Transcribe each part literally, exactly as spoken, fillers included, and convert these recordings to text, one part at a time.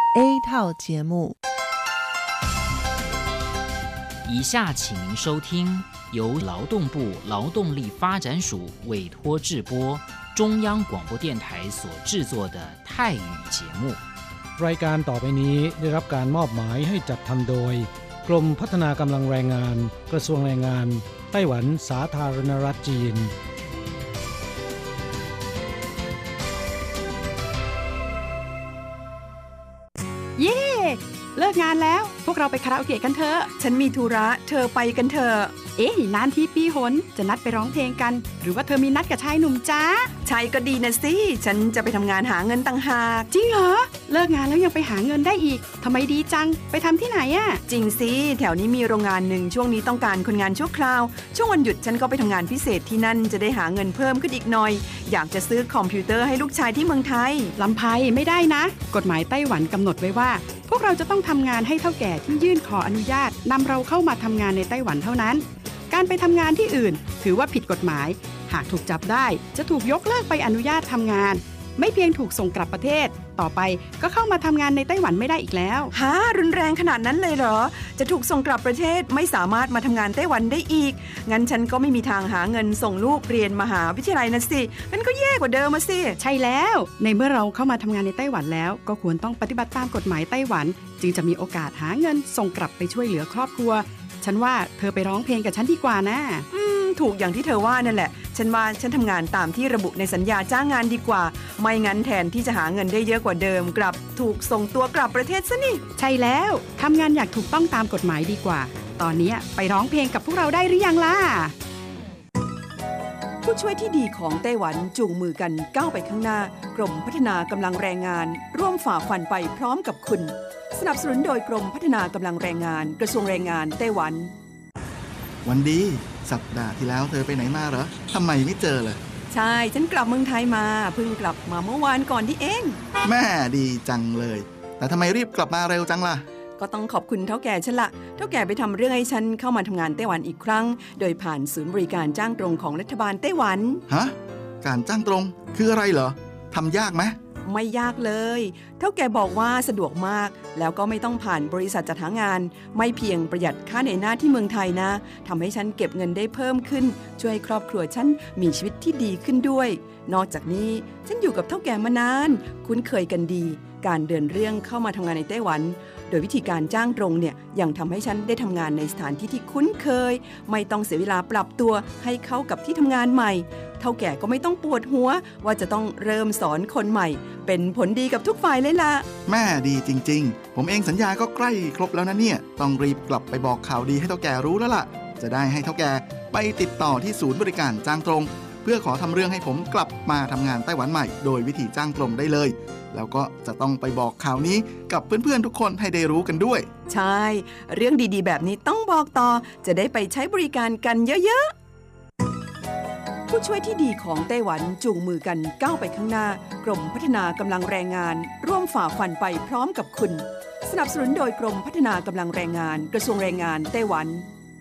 A 套节目。 以下请您收听由劳动部劳动力发展署委托制播中央广播电台所制作的泰语节目。 รายการต่อไปนี้ได้รับการมอบหมายให้จัดทำโดยกรมพัฒนากำลังแรงงานกระทรวงแรงงานไต้หวันสาธารณรัฐจีนเย้เลิกงานแล้วพวกเราไปคาราโอเกะกันเถอะฉันมีธุระเธอไปกันเถอะเอ๊ะนานทีปีหนจะนัดไปร้องเพลงกันหรือว่าเธอมีนัดกับชายหนุ่มจ้าชายก็ดีนะสิฉันจะไปทำงานหาเงินต่างหากจริงเหรอเลิกงานแล้วยังไปหาเงินได้อีกทำไมดีจังไปทำที่ไหนอะจริงสิแถวนี้มีโรงงานหนึ่งช่วงนี้ต้องการคนงานชั่วคราวช่วงวันหยุดฉันก็ไปทำงานพิเศษที่นั่นจะได้หาเงินเพิ่มขึ้นอีกหน่อยอยากจะซื้อคอมพิวเตอร์ให้ลูกชายที่เมืองไทยลำไพไม่ได้นะกฎหมายไต้หวันกำหนดไว้ว่าพวกเราจะต้องทำงานให้เฒ่าแก่ที่ยื่นขออนุญาตนำเราเข้ามาทำงานในไต้หวันเท่านั้นการไปทำงานที่อื่นถือว่าผิดกฎหมายหากถูกจับได้จะถูกยกเลิกใบอนุญาตทำงานไม่เพียงถูกส่งกลับประเทศต่อไปก็เข้ามาทำงานในไต้หวันไม่ได้อีกแล้วฮะรุนแรงขนาดนั้นเลยเหรอจะถูกส่งกลับประเทศไม่สามารถมาทำงานไต้หวันได้อีกงั้นฉันก็ไม่มีทางหาเงินส่งลูกเรียนมหาวิทยาลัยนะสิงั้นก็แย่กว่าเดิมมาสิใช่แล้วในเมื่อเราเข้ามาทำงานในไต้หวันแล้วก็ควรต้องปฏิบัติตามกฎหมายไต้หวันจึงจะมีโอกาสหาเงินส่งกลับไปช่วยเหลือครอบครัวฉันว่าเธอไปร้องเพลงกับฉันดีกว่านะอืมถูกอย่างที่เธอว่านั่นแหละฉันว่าฉันทำงานตามที่ระบุในสัญญาจ้างงานดีกว่าไม่งั้นแทนที่จะหาเงินได้เยอะกว่าเดิมกลับถูกส่งตัวกลับประเทศซะนี่ใช่แล้วทำงานอยากถูกต้องตามกฎหมายดีกว่าตอนนี้ไปร้องเพลงกับพวกเราได้หรือยังล่ะผู้ช่วยที่ดีของไต้หวันจูงมือกันก้าวไปข้างหน้ากรมพัฒนากำลังแรงงานร่วมฝ่าฟันไปพร้อมกับคุณสนับสนุนโดยกรมพัฒนากำลังแรงงานกระทรวงแรงงานไต้หวันวันดีสัปดาห์ที่แล้วเธอไปไหนมาเหรอทำไมไม่เจอเลยใช่ฉันกลับเมืองไทยมาเพิ่งกลับมาเมื่อวานก่อนที่เองแม่ดีจังเลยแต่ทำไมรีบกลับมาเร็วจังล่ะก็ต้องขอบคุณเฒ่าแก่ฉันละเฒ่าแก่ไปทำเรื่องให้ฉันเข้ามาทำงานไต้หวันอีกครั้งโดยผ่านศูนย์บริการจ้างตรงของรัฐบาลไต้หวันฮะการจ้างตรงคืออะไรเหรอทำยากไหมไม่ยากเลยเฒ่าแก่บอกว่าสะดวกมากแล้วก็ไม่ต้องผ่านบริษัทจัดหางานไม่เพียงประหยัดค่าเหนื่อยหน้าที่เมืองไทยนะทำให้ฉันเก็บเงินได้เพิ่มขึ้นช่วยครอบครัวฉันมีชีวิตที่ดีขึ้นด้วยนอกจากนี้ฉันอยู่กับเฒ่าแก่มานานคุ้นเคยกันดีการเดินเรื่องเข้ามาทำงานในไต้หวันโดยวิธีการจ้างตรงเนี่ยยังทำให้ฉันได้ทำงานในสถานที่ที่คุ้นเคยไม่ต้องเสียเวลาปรับตัวให้เข้ากับที่ทำงานใหม่เฒ่าแก่ก็ไม่ต้องปวดหัวว่าจะต้องเริ่มสอนคนใหม่เป็นผลดีกับทุกฝ่ายเลยล่ะแม่ดีจริงๆผมเองสัญญาก็ใกล้ครบแล้วนะเนี่ยต้องรีบกลับไปบอกข่าวดีให้เฒ่าแก่รู้แล้วล่ะจะได้ให้เฒ่าแก่ไปติดต่อที่ศูนย์บริการจ้างตรงเพื่อขอทำเรื่องให้ผมกลับมาทำงานไต้หวันใหม่โดยวิธีจ้างตรงได้เลยแล้วก็จะต้องไปบอกข่าวนี้กับเพื่อนๆทุกคนให้ได้รู้กันด้วยใช่เรื่องดีๆแบบนี้ต้องบอกต่อจะได้ไปใช้บริการกันเยอะๆผู้ช่วยที่ดีของไต้หวันจูงมือกันก้าวไปข้างหน้ากรมพัฒนากำลังแรงงานร่วมฝ่าฟันไปพร้อมกับคุณสนับสนุนโดยกรมพัฒนากำลังแรงงานกระทรวงแรงงานไต้หวัน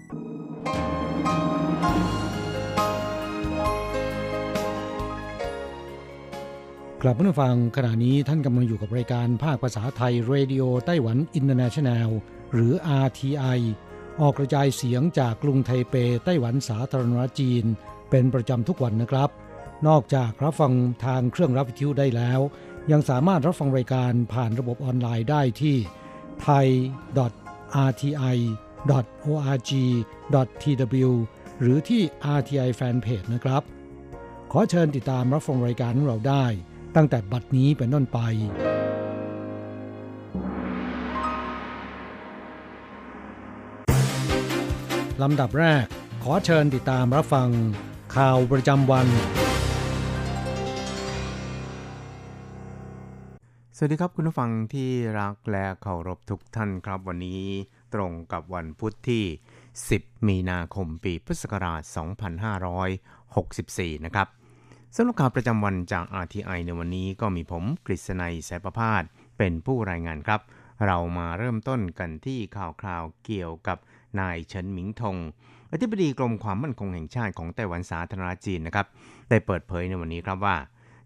กลับมาฟังขณะนี้ท่านกำลังอยู่กับรายการภาคภาษาไทยเรดิโอไต้หวันอินเตอร์เนชั่นแนลหรือ อาร์ ที ไอ ออกกระจายเสียงจากกรุงไทเปไต้หวันสาธารณรัฐจีนเป็นประจำทุกวันนะครับนอกจากรับฟังทางเครื่องรับวิทยุได้แล้วยังสามารถรับฟังรายการผ่านระบบออนไลน์ได้ที่ ไทย ดอท อาร์ ที ไอ ดอท โอ อาร์ จี ดอท ที ดับเบิลยู หรือที่ อาร์ ที ไอ Fanpage นะครับขอเชิญติดตามรับฟังรายการของเราได้ตั้งแต่บัดนี้เป็นต้นไปลำดับแรกขอเชิญติดตามรับฟังข่าวประจำวันสวัสดีครับคุณผู้ฟังที่รักและเคารพทุกท่านครับวันนี้ตรงกับวันพุธที่สิบมีนาคมปีพุทธศักราชสองพันห้าร้อยหกสิบสี่นะครับสำหรับข่าวประจำวันจาก อาร์ ที ไอ ในวันนี้ก็มีผมกฤษณัยสายประภาสเป็นผู้รายงานครับเรามาเริ่มต้นกันที่ข่าวคราวเกี่ยวกับนายเฉินหมิงทงอธิบดีกรมความมั่นคงแห่งชาติของไต้หวันสาธารณรัฐจีนนะครับได้เปิดเผยในวันนี้ครับว่า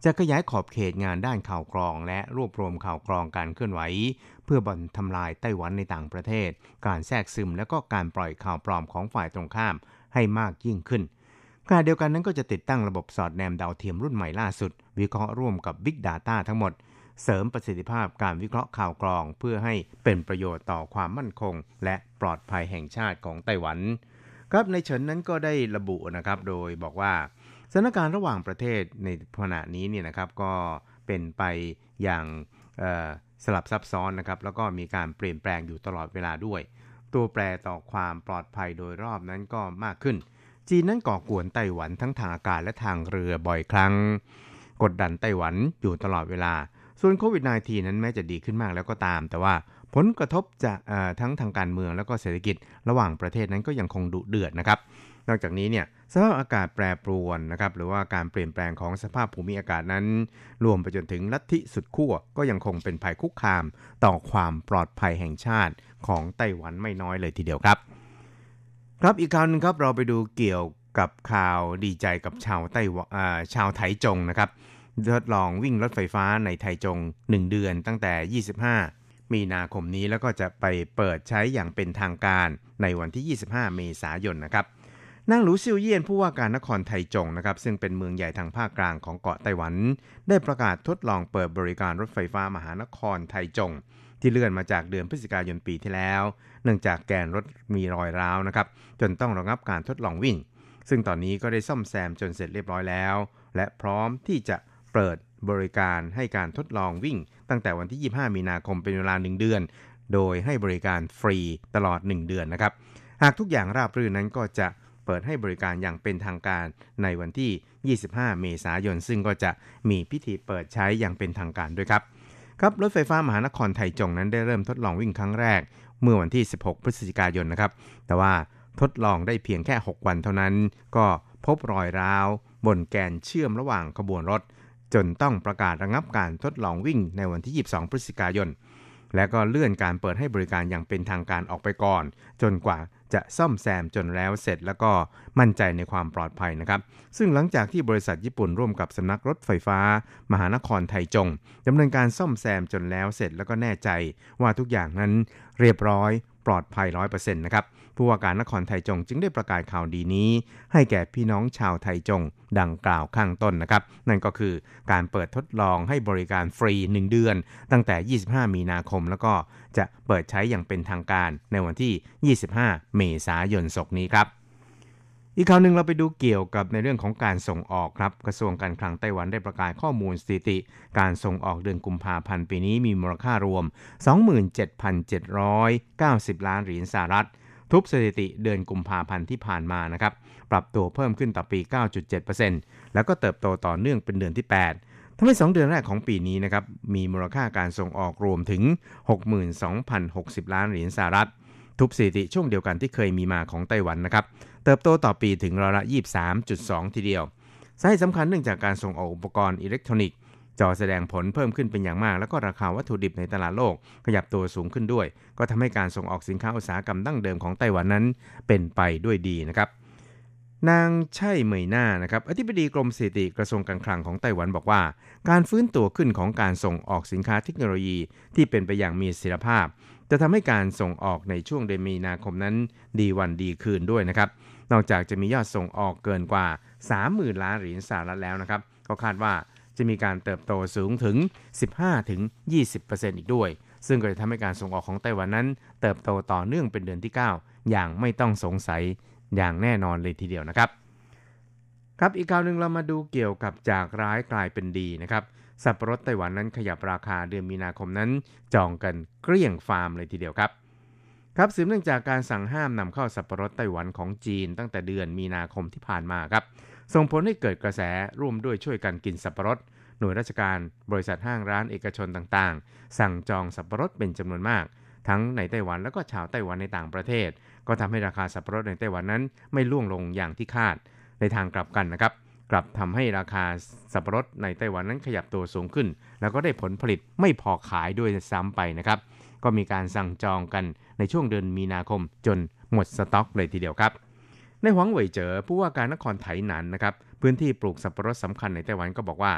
จะขยายขอบเขตงานด้านข่าวกรองและรวบรวมข่าวกรองการเคลื่อนไหวเพื่อบั่นทำลายไต้หวันในต่างประเทศการแทรกซึมและก็การปล่อยข่าวปลอมของฝ่ายตรงข้ามให้มากยิ่งขึ้นขณะเดียวกันนั้นก็จะติดตั้งระบบสอดแนมดาวเทียมรุ่นใหม่ล่าสุดวิเคราะห์ร่วมกับ Big Data ทั้งหมดเสริมประสิทธิภาพการวิเคราะห์ข่าวกรองเพื่อให้เป็นประโยชน์ต่อความมั่นคงและปลอดภัยแห่งชาติของไต้หวันครับในเฉินนั้นก็ได้ระบุนะครับโดยบอกว่าสถานการณ์ระหว่างประเทศในขณะนี้เนี่ยนะครับก็เป็นไปอย่างสลับซับซ้อนนะครับแล้วก็มีการเปลี่ยนแปลงอยู่ตลอดเวลาด้วยตัวแปรต่อความปลอดภัยโดยรอบนั้นก็มากขึ้นจีนนั้นก่อกวนไต้หวันทั้งทางอากาศและทางเรือบ่อยครั้งกดดันไต้หวันอยู่ตลอดเวลาส่วนโควิด สิบเก้า นั้นแม้จะดีขึ้นมากแล้วก็ตามแต่ว่าผลกระทบจากทั้งทางการเมืองแล้วก็เศรษฐกิจระหว่างประเทศนั้นก็ยังคงดุเดือดนะครับนอกจากนี้เนี่ยสภาพอากาศแปรปรวนนะครับหรือว่าการเปลี่ยนแปลงของสภาพภูมิอากาศนั้นรวมไปจนถึงลัทธิสุดขั้วก็ยังคงเป็นภัยคุกคามต่อความปลอดภัยแห่งชาติของไต้หวันไม่น้อยเลยทีเดียวครับครับอีกคราวนึงครับเราไปดูเกี่ยวกับข่าวดีใจกับชาวไต้หวันชาวไถจงนะครับทดลองวิ่งรถไฟฟ้าในไถจงหนึ่งเดือนตั้งแต่ยี่สิบห้ามีนาคมนี้แล้วก็จะไปเปิดใช้อย่างเป็นทางการในวันที่ยี่สิบห้าเมษายนนะครับนางหลูซิวเยี่ยนผู้ว่าการนครไถจงนะครับซึ่งเป็นเมืองใหญ่ทางภาคกลางของเกาะไต้หวันได้ประกาศทดลองเปิดบริการรถไฟฟ้ามหานครไถจงที่เลื่อนมาจากเดือนพฤศจิกายนปีที่แล้วเนื่องจากแกนรถมีรอยร้าวนะครับจนต้องระงับการทดลองวิ่งซึ่งตอนนี้ก็ได้ซ่อมแซมจนเสร็จเรียบร้อยแล้วและพร้อมที่จะเปิดบริการให้การทดลองวิ่งตั้งแต่วันที่ยี่สิบห้ามีนาคมเป็นเวลาหนึ่งเดือนโดยให้บริการฟรีตลอดหนึ่งเดือนนะครับหากทุกอย่างราบรื่นนั้นก็จะเปิดให้บริการอย่างเป็นทางการในวันที่ยี่สิบห้าเมษายนซึ่งก็จะมีพิธีเปิดใช้อย่างเป็นทางการด้วยครับครับรถไฟฟ้ามหานครไถจงนั้นได้เริ่มทดลองวิ่งครั้งแรกเมื่อวันที่สิบหกพฤศจิกายนนะครับแต่ว่าทดลองได้เพียงแค่หกวันเท่านั้นก็พบรอยร้าวบนแกนเชื่อมระหว่างขบวนรถจนต้องประกาศระงับการทดลองวิ่งในวันที่ยี่สิบสองพฤศจิกายนและก็เลื่อนการเปิดให้บริการอย่างเป็นทางการออกไปก่อนจนกว่าจะซ่อมแซมจนแล้วเสร็จแล้วก็มั่นใจในความปลอดภัยนะครับซึ่งหลังจากที่บริษัทญี่ปุ่นร่วมกับสำนักรถไฟฟ้ามหานครไถจงดำเนินการซ่อมแซมจนแล้วเสร็จแล้วก็แน่ใจว่าทุกอย่างนั้นเรียบร้อยปลอดภัย ร้อยเปอร์เซ็นต์ นะครับผู้ว่าการนครไถจงจึงได้ประกาศข่าวดีนี้ให้แก่พี่น้องชาวไถจงดังกล่าวข้างต้นนะครับนั่นก็คือการเปิดทดลองให้บริการฟรีหนึ่งเดือนตั้งแต่ยี่สิบห้ามีนาคมแล้วก็จะเปิดใช้อย่างเป็นทางการในวันที่ยี่สิบห้าเมษายนศกนี้ครับอีกข่าวนึงเราไปดูเกี่ยวกับในเรื่องของการส่งออกครับกระทรวงการคลังไต้หวันได้ประกาศข้อมูลสถิติการส่งออกเดือนกุมภาพันธ์ปีนี้มีมูลค่ารวม สองหมื่นเจ็ดพันเจ็ดร้อยเก้าสิบ ล้านเหรียญสหรัฐทุบสถิติเดือนกุมภาพันธ์ที่ผ่านมานะครับปรับตัวเพิ่มขึ้นต่อปี เก้าจุดเจ็ดเปอร์เซ็นต์ แล้วก็เติบโตต่อเนื่องเป็นเดือนที่แปดทำให้สองเดือนแรกของปีนี้นะครับมีมูลค่าการส่งออกรวมถึง หกหมื่นสองพันหกสิบ ล้านเหรียญสหรัฐทุบสถิติช่วงเดียวกันที่เคยมีมาของไต้หวันนะครับเติบโตต่อปีถึงร้อยละ ยี่สิบสามจุดสอง ทีเดียวสาเหตุสำคัญเนื่องจากการส่งออกอุปกรณ์อิเล็กทรอนิกส์จอแสดงผลเพิ่มขึ้นเป็นอย่างมากแล้วก็ราคาวัตถุดิบในตลาดโลกขยับตัวสูงขึ้นด้วยก็ทำให้การส่งออกสินค้าอุตสาหกรรมดั้งเดิมของไต้หวันนั้นเป็นไปด้วยดีนะครับนางไช่เหมยหน้านะครับอธิบดีกรมสถิติกระทรวงการคลังของไต้หวันบอกว่าการฟื้นตัวขึ้นของการส่งออกสินค้าเทคโนโลยีที่เป็นไปอย่างมีเสถียรภาพจะทำให้การส่งออกในช่วงเดือนมีนาคมนั้นดีวันดีคืนด้วยนะครับนอกจากจะมียอดส่งออกเกินกว่า สามหมื่น ล้านเหรียญสหรัฐแล้วนะครับก็คาดว่าจะมีการเติบโตสูงถึง สิบห้าถึงยี่สิบเปอร์เซ็นต์ อีกด้วยซึ่งก็จะทำให้การส่งออกของไต้หวันนั้นเติบโตต่อเนื่องเป็นเดือนที่เก้าอย่างไม่ต้องสงสัยอย่างแน่นอนเลยทีเดียวนะครับครับอีกข่าวนึงเรามาดูเกี่ยวกับจากร้ายกลายเป็นดีนะครับสับปะรดไต้หวันนั้นขยับราคาเดือนมีนาคมนั้นจองกันเกลี้ยงฟาร์มเลยทีเดียวครับครับสืบเนื่องจากการสั่งห้ามนำเข้าสับปะรดไต้หวันของจีนตั้งแต่เดือนมีนาคมที่ผ่านมาครับส่งผลให้เกิดกระแสร่วมด้วยช่วยกันกินสับปะรดหน่วยราชการบริษัทห้างร้านเอกชนต่างๆสั่งจองสับปะรดเป็นจำนวนมากทั้งในไต้หวันและก็ชาวไต้หวันในต่างประเทศก็ทำให้ราคาสับปะรดในไต้หวันนั้นไม่ร่วงลงอย่างที่คาดในทางกลับกันนะครับกลับทำให้ราคาสับปะรดในไต้หวันนั้นขยับตัวสูงขึ้นแล้วก็ได้ผลผลิตไม่พอขายด้วยซ้ำไปนะครับก็มีการสั่งจองกันในช่วงเดือนมีนาคมจนหมดสต็อกเลยทีเดียวครับในหวังเหวยเจ๋อผู้ว่าการนครไถหนานนะครับพื้นที่ปลูกสับปะรดสำคัญในไต้หวันก็บอกว่า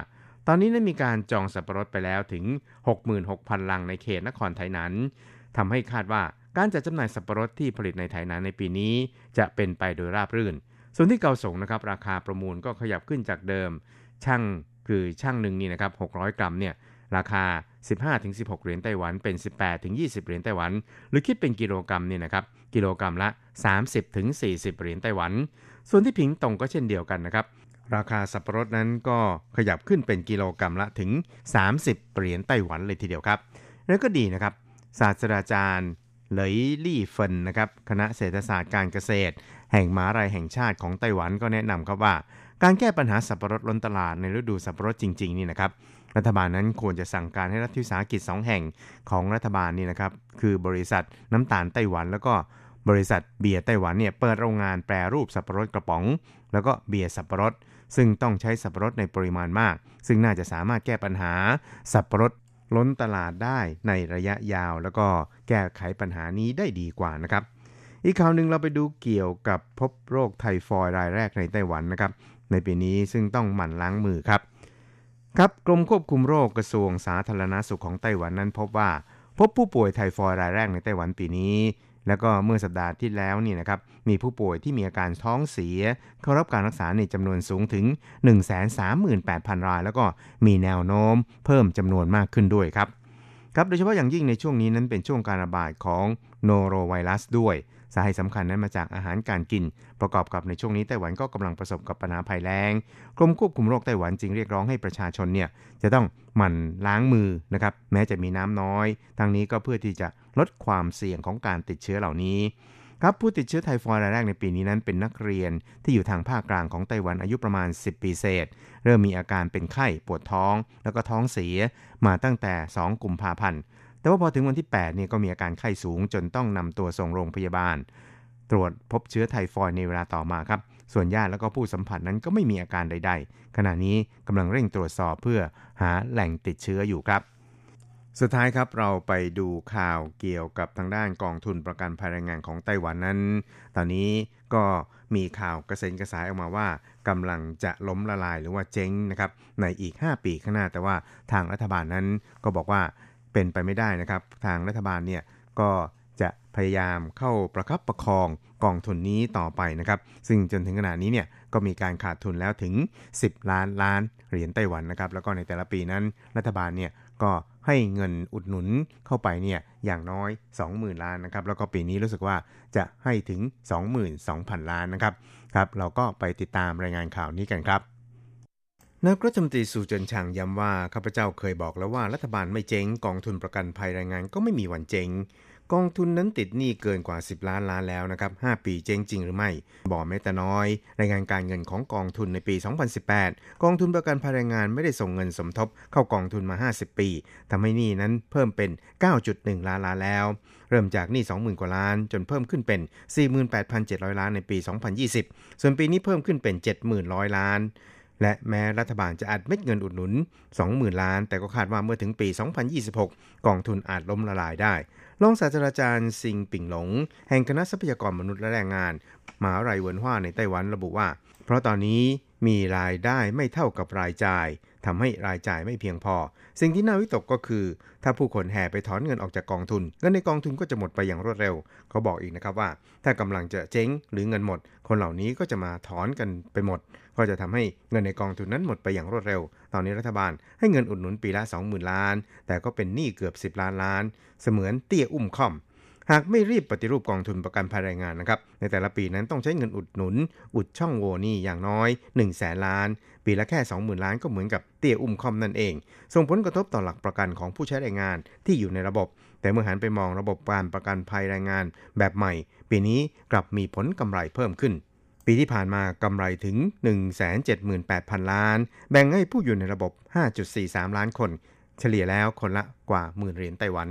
ตอนนี้ได้มีการจองสับปะรดไปแล้วถึง หกหมื่นหกพัน ลังในเขตนครไถหนานทำให้คาดว่าการจัดจำหน่ายสับปะรดที่ผลิตในไถหนานในปีนี้จะเป็นไปโดยราบรื่นส่วนที่เกาสงนะครับราคาประมูลก็ขยับขึ้นจากเดิมช่างคือช่างหนึ่งนี่นะครับหกร้อยกรัมเนี่ยราคา สิบห้าถึงสิบหก เหรียญไต้หวันเป็น สิบแปดถึงยี่สิบ เหรียญไต้หวันหรือคิดเป็นกิโลกรัมนี่นะครับกิโลกรัมละ สามสิบถึงสี่สิบ เหรียญไต้หวันส่วนที่ผิงตงก็เช่นเดียวกันนะครับราคาสับปะรดนั้นก็ขยับขึ้นเป็นกิโลกรัมละถึงสามสิบเหรียญไต้หวันเลยทีเดียวครับแล้วก็ดีนะครับศาสตราจารย์เหลยลี่เฟินนะครับคณะเศรษฐศาสตร์การเกษตรแห่งมหาวิทยาลัยแห่งชาติของไต้หวันก็แนะนำครับว่าการแก้ปัญหาสับปะรดล้นตลาดในฤดูสับปะรดจริงๆนี่นะครับรัฐบาลนั้นควรจะสั่งการให้รัฐวิสาหกิจสองแห่งของรัฐบาลนี่นะครับคือบริษัทน้ำตาลไต้หวันแล้วก็บริษัทเบียร์ไต้หวันเนี่ยเปิดโรงงานแปรรูปสับปะรดกระป๋องแล้วก็เบียร์สับปะรดซึ่งต้องใช้สับปะรดในปริมาณมากซึ่งน่าจะสามารถแก้ปัญหาสับปะรดล้นตลาดได้ในระยะยาวแล้วก็แก้ไขปัญหานี้ได้ดีกว่านะครับอีกข่าวนึงเราไปดูเกี่ยวกับพบโรคไทฟอยด์รายแรกในไต้หวันนะครับในปีนี้ซึ่งต้องหมั่นล้างมือครับครับกรมควบคุมโรคกระทรวงสาธารณสุขของไต้หวันนั้นพบว่าพบผู้ป่วยไทฟอยด์รายแรกในไต้หวันปีนี้แล้วก็เมื่อสัปดาห์ที่แล้วนี่นะครับมีผู้ป่วยที่มีอาการท้องเสียเข้ารับการรักษาในจำนวนสูงถึง หนึ่งแสนสามหมื่นแปดพัน รายแล้วก็มีแนวโน้มเพิ่มจำนวนมากขึ้นด้วยครับครับโดยเฉพาะอย่างยิ่งในช่วงนี้นั้นเป็นช่วงการระบาดของโนโรไวรัสด้วยสาเหตุสำคัญนั้นมาจากอาหารการกินประกอบกับในช่วงนี้ไต้หวันก็กำลังประสบกับปัญหาภัยแล้งกรมควบคุมโรคไต้หวันจึงเรียกร้องให้ประชาชนเนี่ยจะต้องหมั่นล้างมือนะครับแม้จะมีน้ำน้อยทั้งนี้ก็เพื่อที่จะลดความเสี่ยงของการติดเชื้อเหล่านี้ครับผู้ติดเชื้อไทฟอยด์รายแรกในปีนี้นั้นเป็นนักเรียนที่อยู่ทางภาคกลางของไต้หวันอายุประมาณสิบปีเศษเริ่มมีอาการเป็นไข้ปวดท้องแล้วก็ท้องเสียมาตั้งแต่สองกุมภาพันธ์แต่ว่าพอถึงวันที่แปดเนี่ยก็มีอาการไข้สูงจนต้องนำตัวส่งโรงพยาบาลตรวจพบเชื้อไทฟอยด์ในเวลาต่อมาครับส่วนญาติแล้วก็ผู้สัมผัสนั้นก็ไม่มีอาการใดๆขณะนี้กำลังเร่งตรวจสอบเพื่อหาแหล่งติดเชื้ออยู่ครับสุดท้ายครับเราไปดูข่าวเกี่ยวกับทางด้านกองทุนประกันภัยแรงงานของไต้หวันนั้นตอนนี้ก็มีข่าวกระเซ็นกระสายออกมาว่ากำลังจะล้มละลายหรือว่าเจ๊งนะครับในอีกห้าปีข้างหน้าแต่ว่าทางรัฐบาลนั้นก็บอกว่าเป็นไปไม่ได้นะครับทางรัฐบาลเนี่ยก็จะพยายามเข้าประคับประคองกองทุนนี้ต่อไปนะครับซึ่งจนถึงขณะนี้เนี่ยก็มีการขาดทุนแล้วถึงสิบล้านล้านเหรียญไต้หวันนะครับแล้วก็ในแต่ละปีนั้นรัฐบาลเนี่ยก็ให้เงินอุดหนุนเข้าไปเนี่ยอย่างน้อย สองหมื่น ล้านนะครับแล้วก็ปีนี้รู้สึกว่าจะให้ถึง สองหมื่นสองพัน ล้านนะครับครับเราก็ไปติดตามรายงานข่าวนี้กันครับนายกรัฐมนตรีซูเจินชางย้ำว่าข้าพเจ้าเคยบอกแล้วว่ารัฐบาลไม่เจ๊งกองทุนประกันภัยแรงงานก็ไม่มีวันเจ๊งกองทุนนั้นติดหนี้เกินกว่าสิบล้านล้านแล้วนะครับห้าปีเจ๊งจริงหรือไม่บอกแม้แต่น้อยรายงานการเงินของกองทุนในปีสองพันสิบแปดกองทุนประกันภัยแรงงานไม่ได้ส่งเงินสมทบเข้ากองทุนมาห้าสิบปีทำให้หนี้นั้นเพิ่มเป็น เก้าจุดหนึ่ง ล้านล้านแล้วเริ่มจากหนี้ สองหมื่น กว่าล้านจนเพิ่มขึ้นเป็น สี่หมื่นแปดพันเจ็ดร้อย ล้านในปีสองพันยี่สิบส่วนปีนี้เพิ่มขึ้นเป็น เจ็ดหมื่นหนึ่งร้อย ล้านและแม้รัฐบาลจะอัดเม็ดเงินอุดหนุน สองหมื่น ล้านแต่ก็คาดว่าเมื่อถึงปีสองพันยี่สิบหกกองทุนอาจล้มละลายได้รองศาสตราจารย์ซิงปิงหลงแห่งคณะทรัพยากรมนุษย์และแรงงานมหาวิทยาลัยเหวินฮวาในไต้หวันระบุว่าเพราะตอนนี้มีรายได้ไม่เท่ากับรายจ่ายทำให้รายจ่ายไม่เพียงพอสิ่งที่น่าวิตกก็คือถ้าผู้คนแห่ไปถอนเงินออกจากกองทุนเงินในกองทุนก็จะหมดไปอย่างรวดเร็วเขาบอกอีกนะครับว่าถ้ากำลังจะเจ๊งหรือเงินหมดคนเหล่านี้ก็จะมาถอนกันไปหมดก็จะทำให้เงินในกองทุนนั้นหมดไปอย่างรวดเร็วตอนนี้รัฐบาลให้เงินอุดหนุนปีละ สองหมื่น ล้านแต่ก็เป็นหนี้เกือบสิบล้านล้านเสมือนเตี้ยอุ้มค่อมหากไม่รีบปฏิรูปกองทุนประกันภัยแรงงานนะครับในแต่ละปีนั้นต้องใช้เงินอุดหนุนอุดช่องโหว่นี้อย่างน้อย หนึ่งแสน ล้านปีละแค่ สองหมื่น ล้านก็เหมือนกับเตี้ยอุ้มค่อมนั่นเองส่งผลกระทบต่อหลักประกันของผู้ใช้แรงงานที่อยู่ในระบบแต่เมื่อหันไปมองระบบการประกันภัยแรงงานแบบใหม่ปีนี้กลับมีผลกำไรเพิ่มขึ้นปีที่ผ่านมากำไรถึง หนึ่งแสนเจ็ดหมื่นแปดพัน ล้านแบ่งให้ผู้อยู่ในระบบ ห้าจุดสี่สาม ล้านคนเฉลี่ยแล้วคนละกว่าหมื่นเหรียญไต้หวัน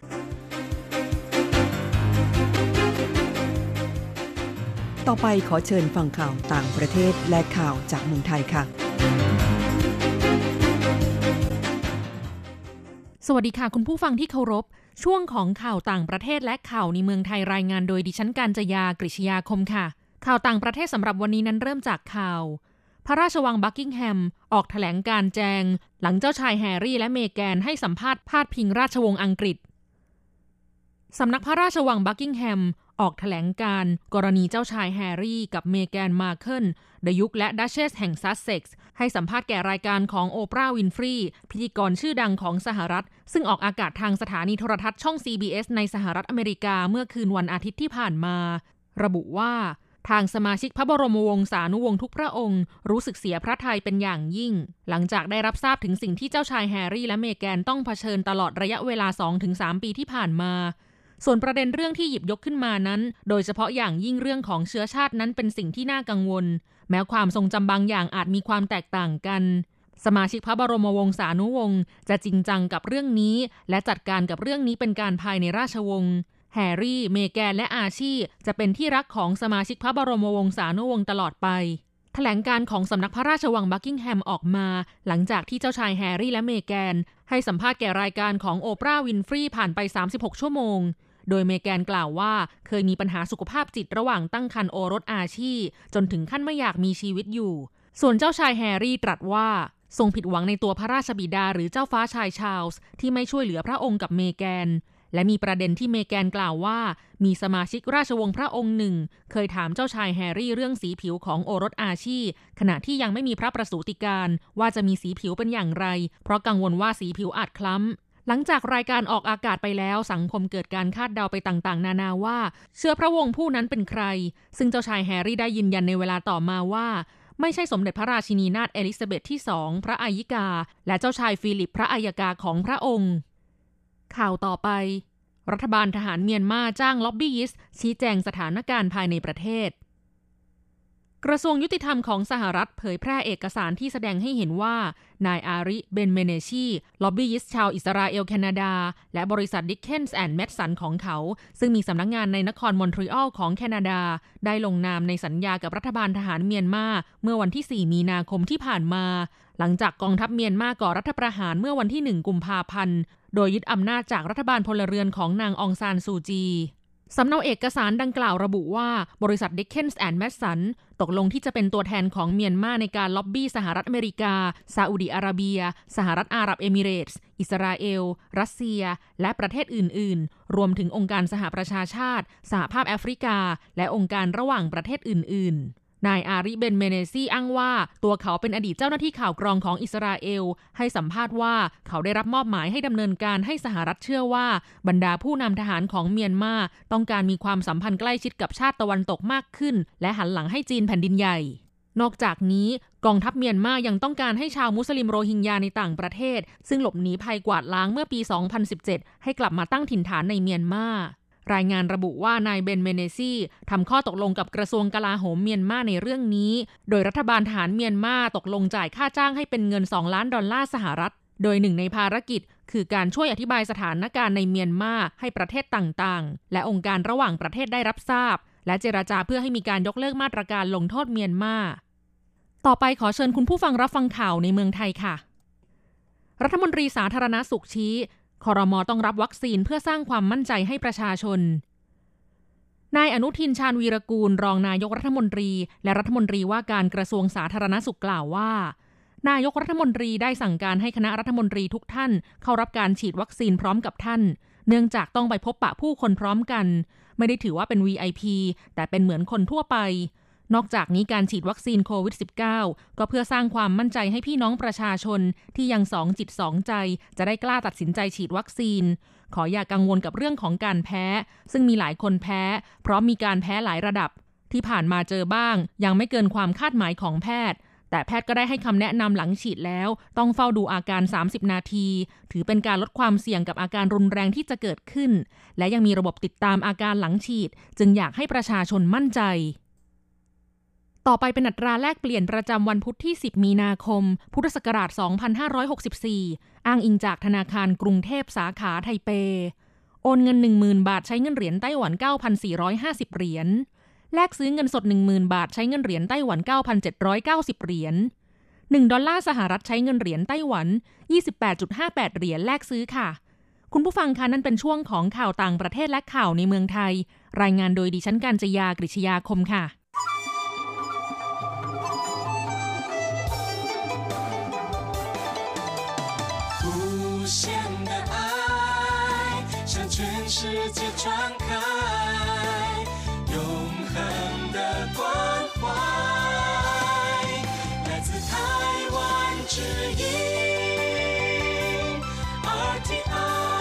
ต่อไปขอเชิญฟังข่าวต่างประเทศและข่าวจากเมืองไทยค่ะสวัสดีค่ะคุณผู้ฟังที่เคารพช่วงของข่าวต่างประเทศและข่าวในเมืองไทยรายงานโดยดิฉันกัญจยากฤษยาคมค่ะข่าวต่างประเทศสำหรับวันนี้นั้นเริ่มจากข่าวพระราชวังบักกิงแฮมออกแถลงการแจงหลังเจ้าชายแฮร์รี่และเมแกนให้สัมภาษณ์พาดพิงราชวงศ์อังกฤษสำนักพระราชวังบักกิงแฮมออกแถลงการกรณีเจ้าชายแฮร์รี่กับเมแกนมาร์เคิลดยุคและดัชเชสแห่งซัสเซ็กซ์ให้สัมภาษณ์แก่รายการของโอปราห์วินฟรีพิธีกรชื่อดังของสหรัฐซึ่งออกอากาศทางสถานีโทรทัศน์ช่อง ซี บี เอส ในสหรัฐอเมริกาเมื่อคืนวันอาทิตย์ที่ผ่านมาระบุว่าทางสมาชิกพระบรมวงศานุวงศ์ทุกพระองค์รู้สึกเสียพระทัยเป็นอย่างยิ่งหลังจากได้รับทราบถึงสิ่งที่เจ้าชายแฮร์รี่และเมแกนต้องเผชิญตลอดระยะเวลา สองถึงสาม ปีที่ผ่านมาส่วนประเด็นเรื่องที่หยิบยกขึ้นมานั้นโดยเฉพาะอย่างยิ่งเรื่องของเชื้อชาตินั้นเป็นสิ่งที่น่ากังวลแม้ความทรงจำบางอย่างอาจมีความแตกต่างกันสมาชิกพระบรมวงศานุวงศ์จะจริงจังกับเรื่องนี้และจัดการกับเรื่องนี้เป็นการภายในราชวงศ์แฮร์รี่ เมแกนและอาชีจะเป็นที่รักของสมาชิกพระบรมวงศานุวงศ์ตลอดไปแถลงการของสำนักพระราชวังบักกิงแฮมออกมาหลังจากที่เจ้าชายแฮร์รี่และเมแกนให้สัมภาษณ์แก่รายการของโอปราห์วินฟรีผ่านไปสามสิบหกชั่วโมงโดยเมแกนกล่าวว่าเคยมีปัญหาสุขภาพจิตระหว่างตั้งครรภ์โอรสอาชีจนถึงขั้นไม่อยากมีชีวิตอยู่ส่วนเจ้าชายแฮร์รี่ตรัสว่าทรงผิดหวังในตัวพระราชบิดาหรือเจ้าฟ้าชายชาร์ลส์ที่ไม่ช่วยเหลือพระองค์กับเมแกนและมีประเด็นที่เมแกนกล่าวว่ามีสมาชิกราชวงศ์พระองค์หนึ่งเคยถามเจ้าชายแฮร์รี่เรื่องสีผิวของโอรสอาชีขณะที่ยังไม่มีพระประสูติการว่าจะมีสีผิวเป็นอย่างไรเพราะกังวลว่าสีผิวอาจคล้ำหลังจากรายการออกอากาศไปแล้วสังคมเกิดการคาดเดาไปต่างๆนานาว่าเชื้อพระวงศ์ผู้นั้นเป็นใครซึ่งเจ้าชายแฮร์รี่ได้ยืนยันในเวลาต่อมาว่าไม่ใช่สมเด็จพระราชินีนาถเอลิซาเบธที่สองพระอัยิกาและเจ้าชายฟิลิปพระอัยกาของพระองค์ข่าวต่อไปรัฐบาลทหารเมียนมาจ้างล็อบบี้ยิสต์ชี้แจงสถานการณ์ภายในประเทศกระทรวงยุติธรรมของสหรัฐเผยแพร่เอกสารที่แสดงให้เห็นว่านายอาริเบนเมเนชีล็อบบี้ยิสต์ชาวอิสราเอลแคนาดาและบริษัทดิกเคนส์แอนด์แมดสันของเขาซึ่งมีสำนักงานในนครมอนทรีออลของแคนาดาได้ลงนามในสัญญากับรัฐบาลทหารเมียนมาเมื่อวันที่สี่มีนาคมที่ผ่านมาหลังจากกองทัพเมียนมาก่อรัฐประหารเมื่อวันที่หนึ่งกุมภาพันธ์โดยยึดอำนาจจากรัฐบาลพลเรือนของนางองซานซูจีสำเนาเอกสารดังกล่าวระบุว่าบริษัท Dickens and Madson ตกลงที่จะเป็นตัวแทนของเมียนมาในการล็อบบี้สหรัฐอเมริกาซาอุดิอาระเบียสหรัฐอาหรับเอมิเรตส์อิสราเอลรัสเซียและประเทศอื่นๆรวมถึงองค์การสหประชาชาติสหภาพแอฟริกาและองค์การระหว่างประเทศอื่นๆนายอาริเบนเมเนซีอ้างว่าตัวเขาเป็นอดีตเจ้าหน้าที่ข่าวกรองของอิสราเอลให้สัมภาษณ์ว่าเขาได้รับมอบหมายให้ดำเนินการให้สหรัฐเชื่อว่าบรรดาผู้นำทหารของเมียนมาต้องการมีความสัมพันธ์ใกล้ชิดกับชาติตะวันตกมากขึ้นและหันหลังให้จีนแผ่นดินใหญ่นอกจากนี้กองทัพเมียนมายังต้องการให้ชาวมุสลิมโรฮิงญาในต่างประเทศซึ่งหลบหนีภัยกวาดล้างเมื่อปีสองพันสิบเจ็ดให้กลับมาตั้งถิ่นฐานในเมียนมารายงานระบุว่านายเบนเมเนซีทำข้อตกลงกับกระทรวงกลาโหมเมียนมาในเรื่องนี้โดยรัฐบาลทหารเมียนมาตกลงจ่ายค่าจ้างให้เป็นเงินสองล้านดอลลาร์สหรัฐโดยหนึ่งในภารกิจคือการช่วยอธิบายสถานการณ์ในเมียนมาให้ประเทศต่างๆและองค์การระหว่างประเทศได้รับทราบและเจรจาเพื่อให้มีการยกเลิกมาตรการลงโทษเมียนมาต่อไปขอเชิญคุณผู้ฟังรับฟังข่าวในเมืองไทยค่ะรัฐมนตรีสาธารณสุขชี้ครม.ต้องรับวัคซีนเพื่อสร้างความมั่นใจให้ประชาชนนายอนุทินชาญวีรกูลรองนายกรัฐมนตรีและรัฐมนตรีว่าการกระทรวงสาธารณสุขกล่าวว่านายกรัฐมนตรีได้สั่งการให้คณะรัฐมนตรีทุกท่านเข้ารับการฉีดวัคซีนพร้อมกับท่านเนื่องจากต้องไปพบปะผู้คนพร้อมกันไม่ได้ถือว่าเป็น วี ไอ พี แต่เป็นเหมือนคนทั่วไปนอกจากนี้การฉีดวัคซีนโควิด สิบเก้า ก็เพื่อสร้างความมั่นใจให้พี่น้องประชาชนที่ยังสองจิตสองใจจะได้กล้าตัดสินใจฉีดวัคซีนขออย่ากังวลกับเรื่องของการแพ้ซึ่งมีหลายคนแพ้เพราะมีการแพ้หลายระดับที่ผ่านมาเจอบ้างยังไม่เกินความคาดหมายของแพทย์แต่แพทย์ก็ได้ให้คำแนะนำหลังฉีดแล้วต้องเฝ้าดูอาการสามสิบนาทีถือเป็นการลดความเสี่ยงกับอาการรุนแรงที่จะเกิดขึ้นและยังมีระบบติดตามอาการหลังฉีดจึงอยากให้ประชาชนมั่นใจต่อไปเป็นอัตราแลกเปลี่ยนประจำวันพุธที่สิบมีนาคมพุทธศักราชสองพันห้าร้อยหกสิบสี่อ้างอิงจากธนาคารกรุงเทพสาขาไทเปโอนเงิน หนึ่งหมื่น บาทใช้เงินเหรียญไต้หวัน เก้าพันสี่ร้อยห้าสิบ เหรียญแลกซื้อเงินสด หนึ่งหมื่น บาทใช้เงินเหรียญไต้หวัน เก้าพันเจ็ดร้อยเก้าสิบ เหรียญหนึ่งดอลลาร์สหรัฐใช้เงินเหรียญไต้หวัน ยี่สิบแปดจุดห้าแปด เหรียญแลกซื้อค่ะคุณผู้ฟังคะนั่นเป็นช่วงของข่าวต่างประเทศและข่าวในเมืองไทยรายงานโดยดิฉันกาญจยากฤษยาคมค่ะ界传开永恒的关怀，来自台湾之音 อาร์ ที ไอ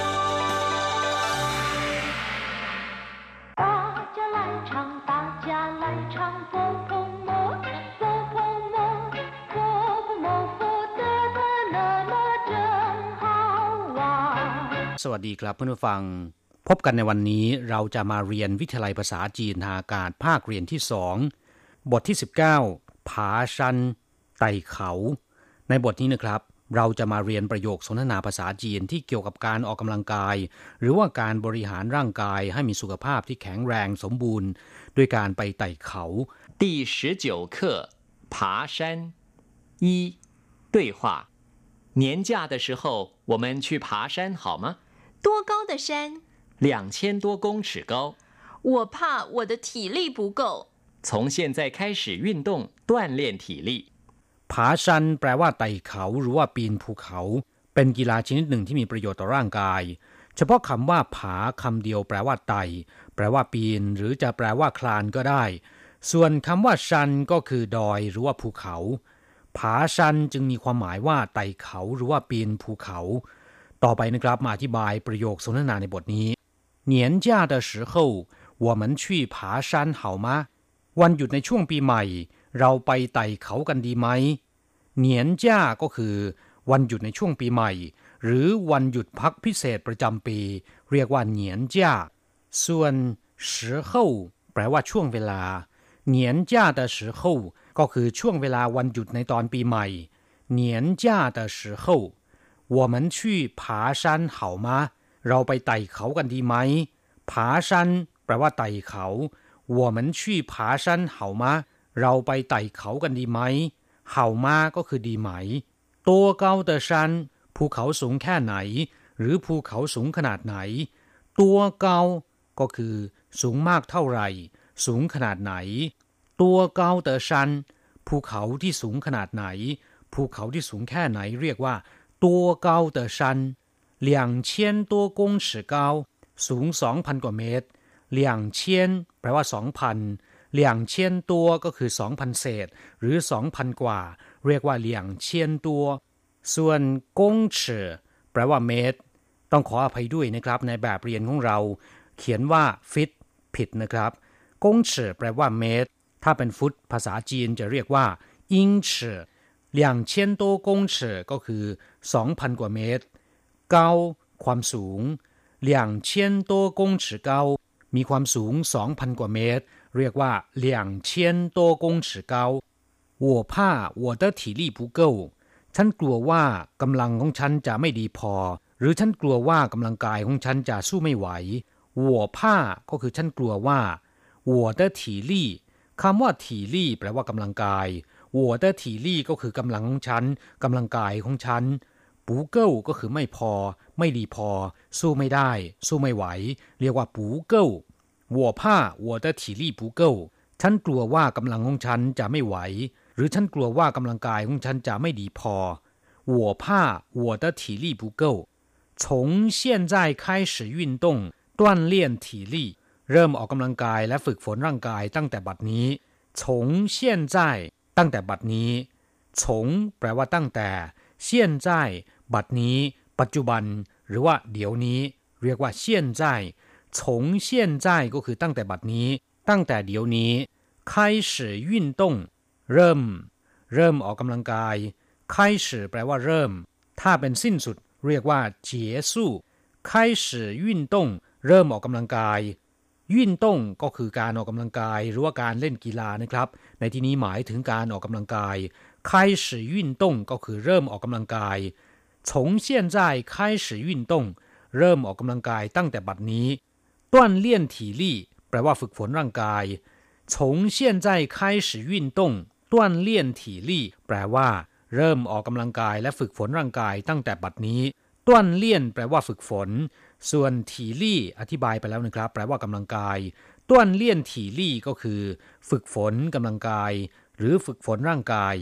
大家来唱，大家来唱，佛佛摩，佛佛摩，佛佛摩，佛得的那么真好玩。 สวัสดีครับเพื่อนผู้ฟังพบกันในวันนี้เราจะมาเรียนวิทยาลัยภาษาจีนทางอากาศภาคเรียนที่สองบทที่สิบเก้าผาชันไต่เขาในบทนี้นะครับเราจะมาเรียนประโยคสนทนาภาษาจีนที่เกี่ยวกับการออกกำลังกายหรือว่าการบริหารร่างกายให้มีสุขภาพที่แข็งแรงสมบูรณ์ด้วยการไปไต่เขา第十九课爬山一对话年假的时候我们去爬山好吗多高的山两千多公尺高我怕我的体力不够从现在开始运动锻炼体力ผาชันแปลว่าไต่เขาหรือว่าปีนภูเขาเป็นกีฬาชนิดหนึ่งที่มีประโยชน์ต่อร่างกายเฉพาะคำว่าผาคำเดียวแปลว่าไต่แปลว่าปีนหรือจะแปลว่าคลานก็ได้ส่วนคำว่าชันก็คือดอยหรือว่าภูเขาผาชันจึงมีความหมายว่าไต่เขาหรือว่าปีนภูเขาต่อไปนะครับมาอธิบายประโยคสนทนาในบทนี้年假的时候我们去爬山好吗วันหยุดในช่วงปีใหม่เราไปไต่เขากันดีไหมเหนียนจ้าก็คือวันหยุดในช่วงปีใหม่หรือวันหยุดพักพิเศษประจำปีเรียกว่าเหนียนจ้าส่วน时候แปลว่าช่วงเวลาเหนียนจ้า的时候ก็คือช่วงเวลาวันหยุดในตอนปีใหม่เหนียนจ้า的时候我们去爬山好吗เราไปไต่เขากันดีไหมผาชันแปลว่าไต่เขา我们去爬山好吗เราไปไต่เขากันดีไหมเห่ามาก็คือดีไหมตัวเกาเตอชันภูเขาสูงแค่ไหนหรือภูเขาสูงขนาดไหนตัวเกาก็คือสูงมากเท่าไหร่สูงขนาดไหนตัวเกาเตอชันภูเขาที่สูงขนาดไหนภูเขาที่สูงแค่ไหนเรียกว่าตัวเกาเตอชัน两千多公尺高สูง สองพัน กว่าเมตร两千แปลว่า สองพัน两千多ก็คือ สองพัน เศษหรือ สองพัน กว่าเรียกว่า两千多ส่วนกง尺แปลว่าเมตรต้องขออภัยด้วยนะครับในแบบเรียนของเราเขียนว่าฟิตผิดนะครับกง尺แปลว่าเมตรถ้าเป็นฟุตภาษาจีนจะเรียกว่าอิง尺两千多公尺ก็คือ สองพัน กว่าเมตรเก้าความสูง两千多公尺高มีความสูง สองพัน กว่าเมตรเรียกว่า两千多公尺高我怕我的体力不够ฉันกลัวว่ากำลังของฉันจะไม่ดีพอหรือฉันกลัวว่ากำลังกายของฉันจะสู้ไม่ไหว我怕ก็คือฉันกลัวว่า我的体力คำว่า体力แปลว่ากำลังกาย我的体力ก็คือกำลังของฉันกำลังกายของฉันปูเก้าก็คือไม่พอไม่ดีพอสู้ไม่ได้สู้ไม่ไหวเรียกว่าปูเก้า我怕我的体力不够ฉันกลัวว่ากำลังของฉันจะไม่ไหวหรือฉันกลัวว่ากำลังกายของฉันจะไม่ดีพอ我怕我的体力不够从现在开始运动锻炼体力เริ่มออกกำลังกายและฝึกฝนร่างกายตั้งแต่บัดนี้从现在ตั้งแต่บัดนี้从แปลว่าตั้งแต่现在บัดนี้ปัจจุบันหรือว่าเดี๋ยวนี้เรียกว่า现在从现在ก็คือตั้งแต่บัดนี้ตั้งแต่เดี๋ยวนี้开始运动เริ่มเริ่มออกกำลังกาย开始แปลว่าเริ่มถ้าเป็นสิ้นสุดเรียกว่า结束开始运动เริ่มออกกำลังกาย运动ก็คือการออกกำลังกายหรือว่าการเล่นกีฬานะครับในที่นี้หมายถึงการออกกำลังกาย开始运动ก็คือเริ่มออกกำลังกาย从现在开始运动เริ่มออกกำลังกายตั้งแต่บัดนี้锻炼体力แปลว่าฝึกฝนร่างกาย从现在开始运动锻炼体力แปลว่าเริ่มออกกำลังกายและฝึกฝนร่างกายตั้งแต่บัดนี้ต้วนเลี่ยนแปลว่าฝึกฝนส่วนถีลี่อธิบายไปแล้วนะครับแปลว่ากำลังกายต้วนเลี่ยนถีลี่ก็คือฝึกฝนกำลังกายหรือฝึกฝนร่างกาย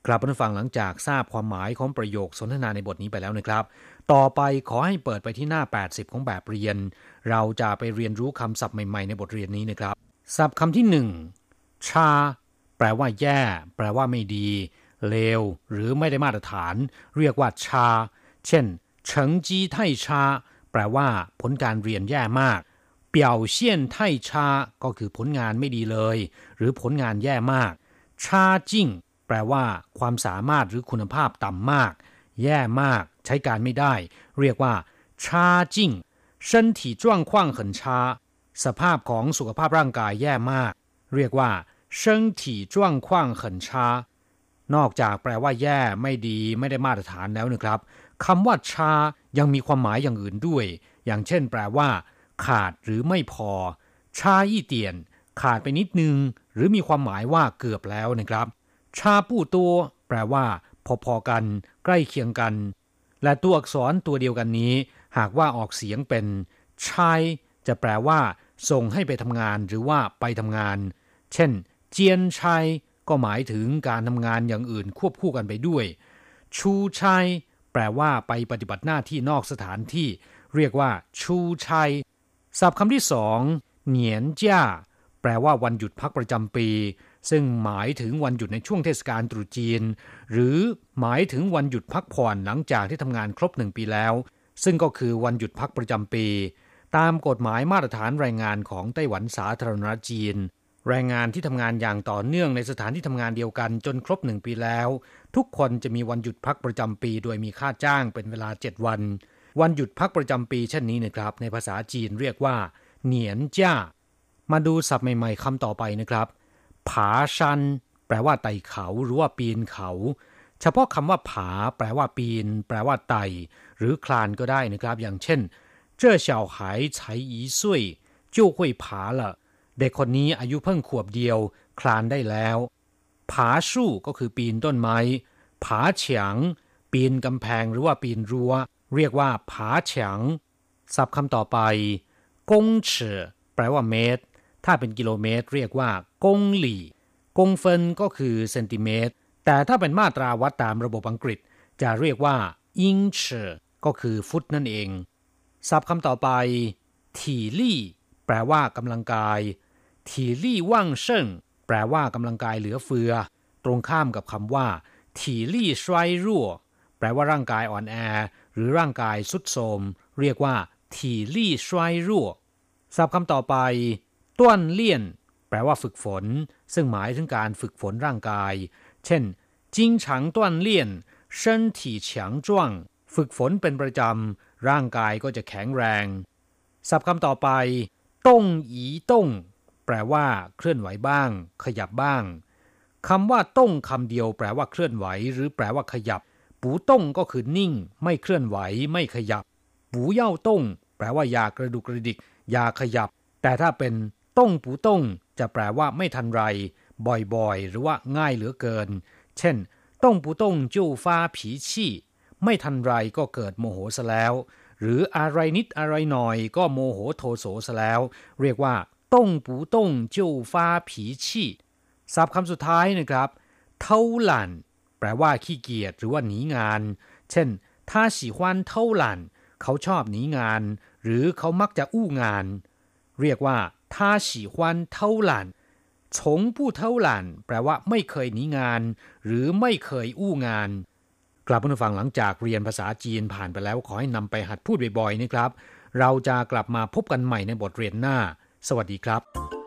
ครับท่านผู้ฟังหลังจากทราบความหมายของประโยคสนทนาในบทนี้ไปแล้วนะครับต่อไปขอให้เปิดไปที่หน้าแปดสิบของแบบเรียนเราจะไปเรียนรู้คำศัพท์ใหม่ๆในบทเรียนนี้นะครับศัพท์คำที่หนึ่งชาแปลว่าแย่แปลว่าไม่ดีเลวหรือไม่ได้มาตรฐานเรียกว่าชาเช่น成绩太差แปลว่าผลการเรียนแย่มาก表现太差ก็คือผลงานไม่ดีเลยหรือผลงานแย่มากชาจิ้งแปลว่าความสามารถหรือคุณภาพต่ำมากแย่มากใช้การไม่ได้เรียกว่าชาจิ้ง身体状况很差สภาพของสุขภาพร่างกายแย่มากเรียกว่า身体状况很差นอกจากแปลว่าแย่ไม่ดีไม่ได้มาตรฐานแล้วนะครับคำว่าชายังมีความหมายอย่างอื่นด้วยอย่างเช่นแปลว่าขาดหรือไม่พอชาอี้เตียนขาดไปนิดนึงหรือมีความหมายว่าเกือบแล้วนะครับชาปู้ตัวแปลว่าพอๆกันใกล้เคียงกันและตัวอักษรตัวเดียวกันนี้หากว่าออกเสียงเป็นชายจะแปลว่าส่งให้ไปทำงานหรือว่าไปทำงานเช่นเจียนชัยก็หมายถึงการทำงานอย่างอื่นควบคู่กันไปด้วยชูชัยแปลว่าไปปฏิบัติหน้าที่นอกสถานที่เรียกว่าชูชัยศัพท์คำที่สองเหนียนจ้าแปลว่าวันหยุดพักประจำปีซึ่งหมายถึงวันหยุดในช่วงเทศกาลตรุษจีนหรือหมายถึงวันหยุดพักผ่อนหลังจากที่ทำงานครบหนึ่งปีแล้วซึ่งก็คือวันหยุดพักประจำปีตามกฎหมายมาตรฐานแรงงานของไต้หวันสาธารณรัฐจีนแรงงานที่ทำงานอย่างต่อเนื่องในสถานที่ทำงานเดียวกันจนครบหนึ่งปีแล้วทุกคนจะมีวันหยุดพักประจำปีโดยมีค่าจ้างเป็นเวลาเจ็ดวันวันหยุดพักประจำปีเช่นนี้นะครับในภาษาจีนเรียกว่าเหนียนจ้ามาดูศัพท์ใหม่ๆคำต่อไปนะครับผาชันแปลว่าไต่เขาหรือว่าปีนเขาเฉพาะคำว่าผาแปลว่าปีนแปลว่าไต่หรือคลานก็ได้นะครับอย่างเช่น这小孩才一岁就会爬了เด็กคนนี้อายุเพิ่งขวบเดียวคลานได้แล้วผาสู้ก็คือปีนต้นไม้ผาเฉียงปีนกำแพงหรือว่าปีนรั้วเรียกว่าผาเฉียงศัพท์คำต่อไปกงเฉอแปลว่าเมตรถ้าเป็นกิโลเมตรเรียกว่ากงหลี่กงเฟินก็คือเซนติเมตรแต่ถ้าเป็นมาตราวัดตามระบบอังกฤษจะเรียกว่าอิงเฉอก็คือฟุตนั่นเองศัพท์คำต่อไปถี่ลี่แปลว่ากำลังกายถี่ลี่ว่างเซิ่งแปลว่ากำลังกายเหลือเฟือตรงข้ามกับคำว่าถี่ลี่ชวยรั่วแปลว่าร่างกายอ่อนแอหรือร่างกายทรุดโทรมเรียกว่าถี่ลี่ชวยรั่วศัพท์คำต่อไปต้วนเลี่ยนแปลว่าฝึกฝนซึ่งหมายถึงการฝึกฝนร่างกายเช่นจิงฉังต้วนเลี่ยนเซินถี่เฉียงจ้วงฝึกฝนเป็นประจำร่างกายก็จะแข็งแรงศัพท์คำต่อไปต้งอีต้งแปลว่าเคลื่อนไหวบ้างขยับบ้างคำว่าต้งคำเดียวแปลว่าเคลื่อนไหวหรือแปลว่าขยับปูต้งก็คือนิ่งไม่เคลื่อนไหวไม่ขยับปูเย่าต้งแปลว่าอย่ากระดุกกระดิกอย่าขยับแต่ถ้าเป็นต้งปูต้งจะแปลว่าไม่ทันไรบ่อยๆหรือว่าง่ายเหลือเกินเช่นต้งปูต้งจู้ฟ้าผีชี่ไม่ทันไรก็เกิดโมโหซะแล้วหรืออะไรนิดอะไรหน่อยก็โมโหโทโสซะแล้วเรียกว่าต้งปูต้งจู้ฟ้าผีชี่ศัพท์คำสุดท้ายนะครับเท่าหลั่นแปลว่าขี้เกียจหรือว่าหนีงานเช่นถ้า喜欢偷懒เขาชอบหนีงานหรือเขามักจะอู้งานเรียกว่า他喜欢偷懒从不偷懒แปลว่าไม่เคยหนีงานหรือไม่เคยอู้งานกลับมาฟังหลังจากเรียนภาษาจีนผ่านไปแล้วขอให้นำไปหัดพูดบ่อยๆนะครับเราจะกลับมาพบกันใหม่ในบทเรียนหน้าสวัสดีครับ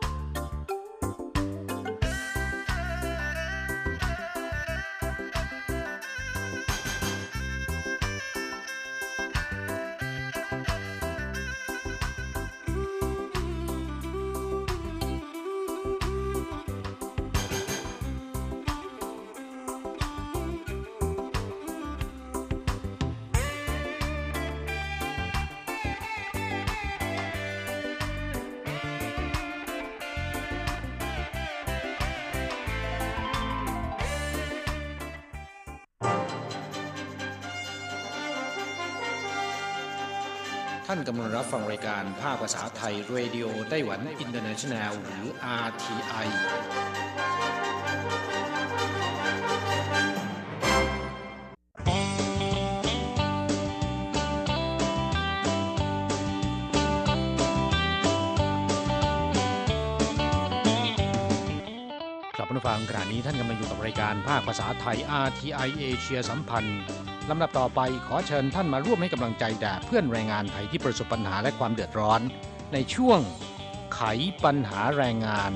ท่านกำลังรับฟังรายการภาคภาษาไทยเรดิโอไต้หวันอินเตอร์เนชั่นแนลหรือ อาร์ ที ไอคุณผู้ฟังขณะนี้ท่านกำลังอยู่กับรายการภาคภาษาไทย อาร์ ที ไอ เอเชียสัมพันธ์ลำดับต่อไปขอเชิญท่านมาร่วมให้กำลังใจแด่เพื่อนแรงงานไทยที่ประสบปัญหาและความเดือดร้อนในช่วงไขปัญหาแรงงาน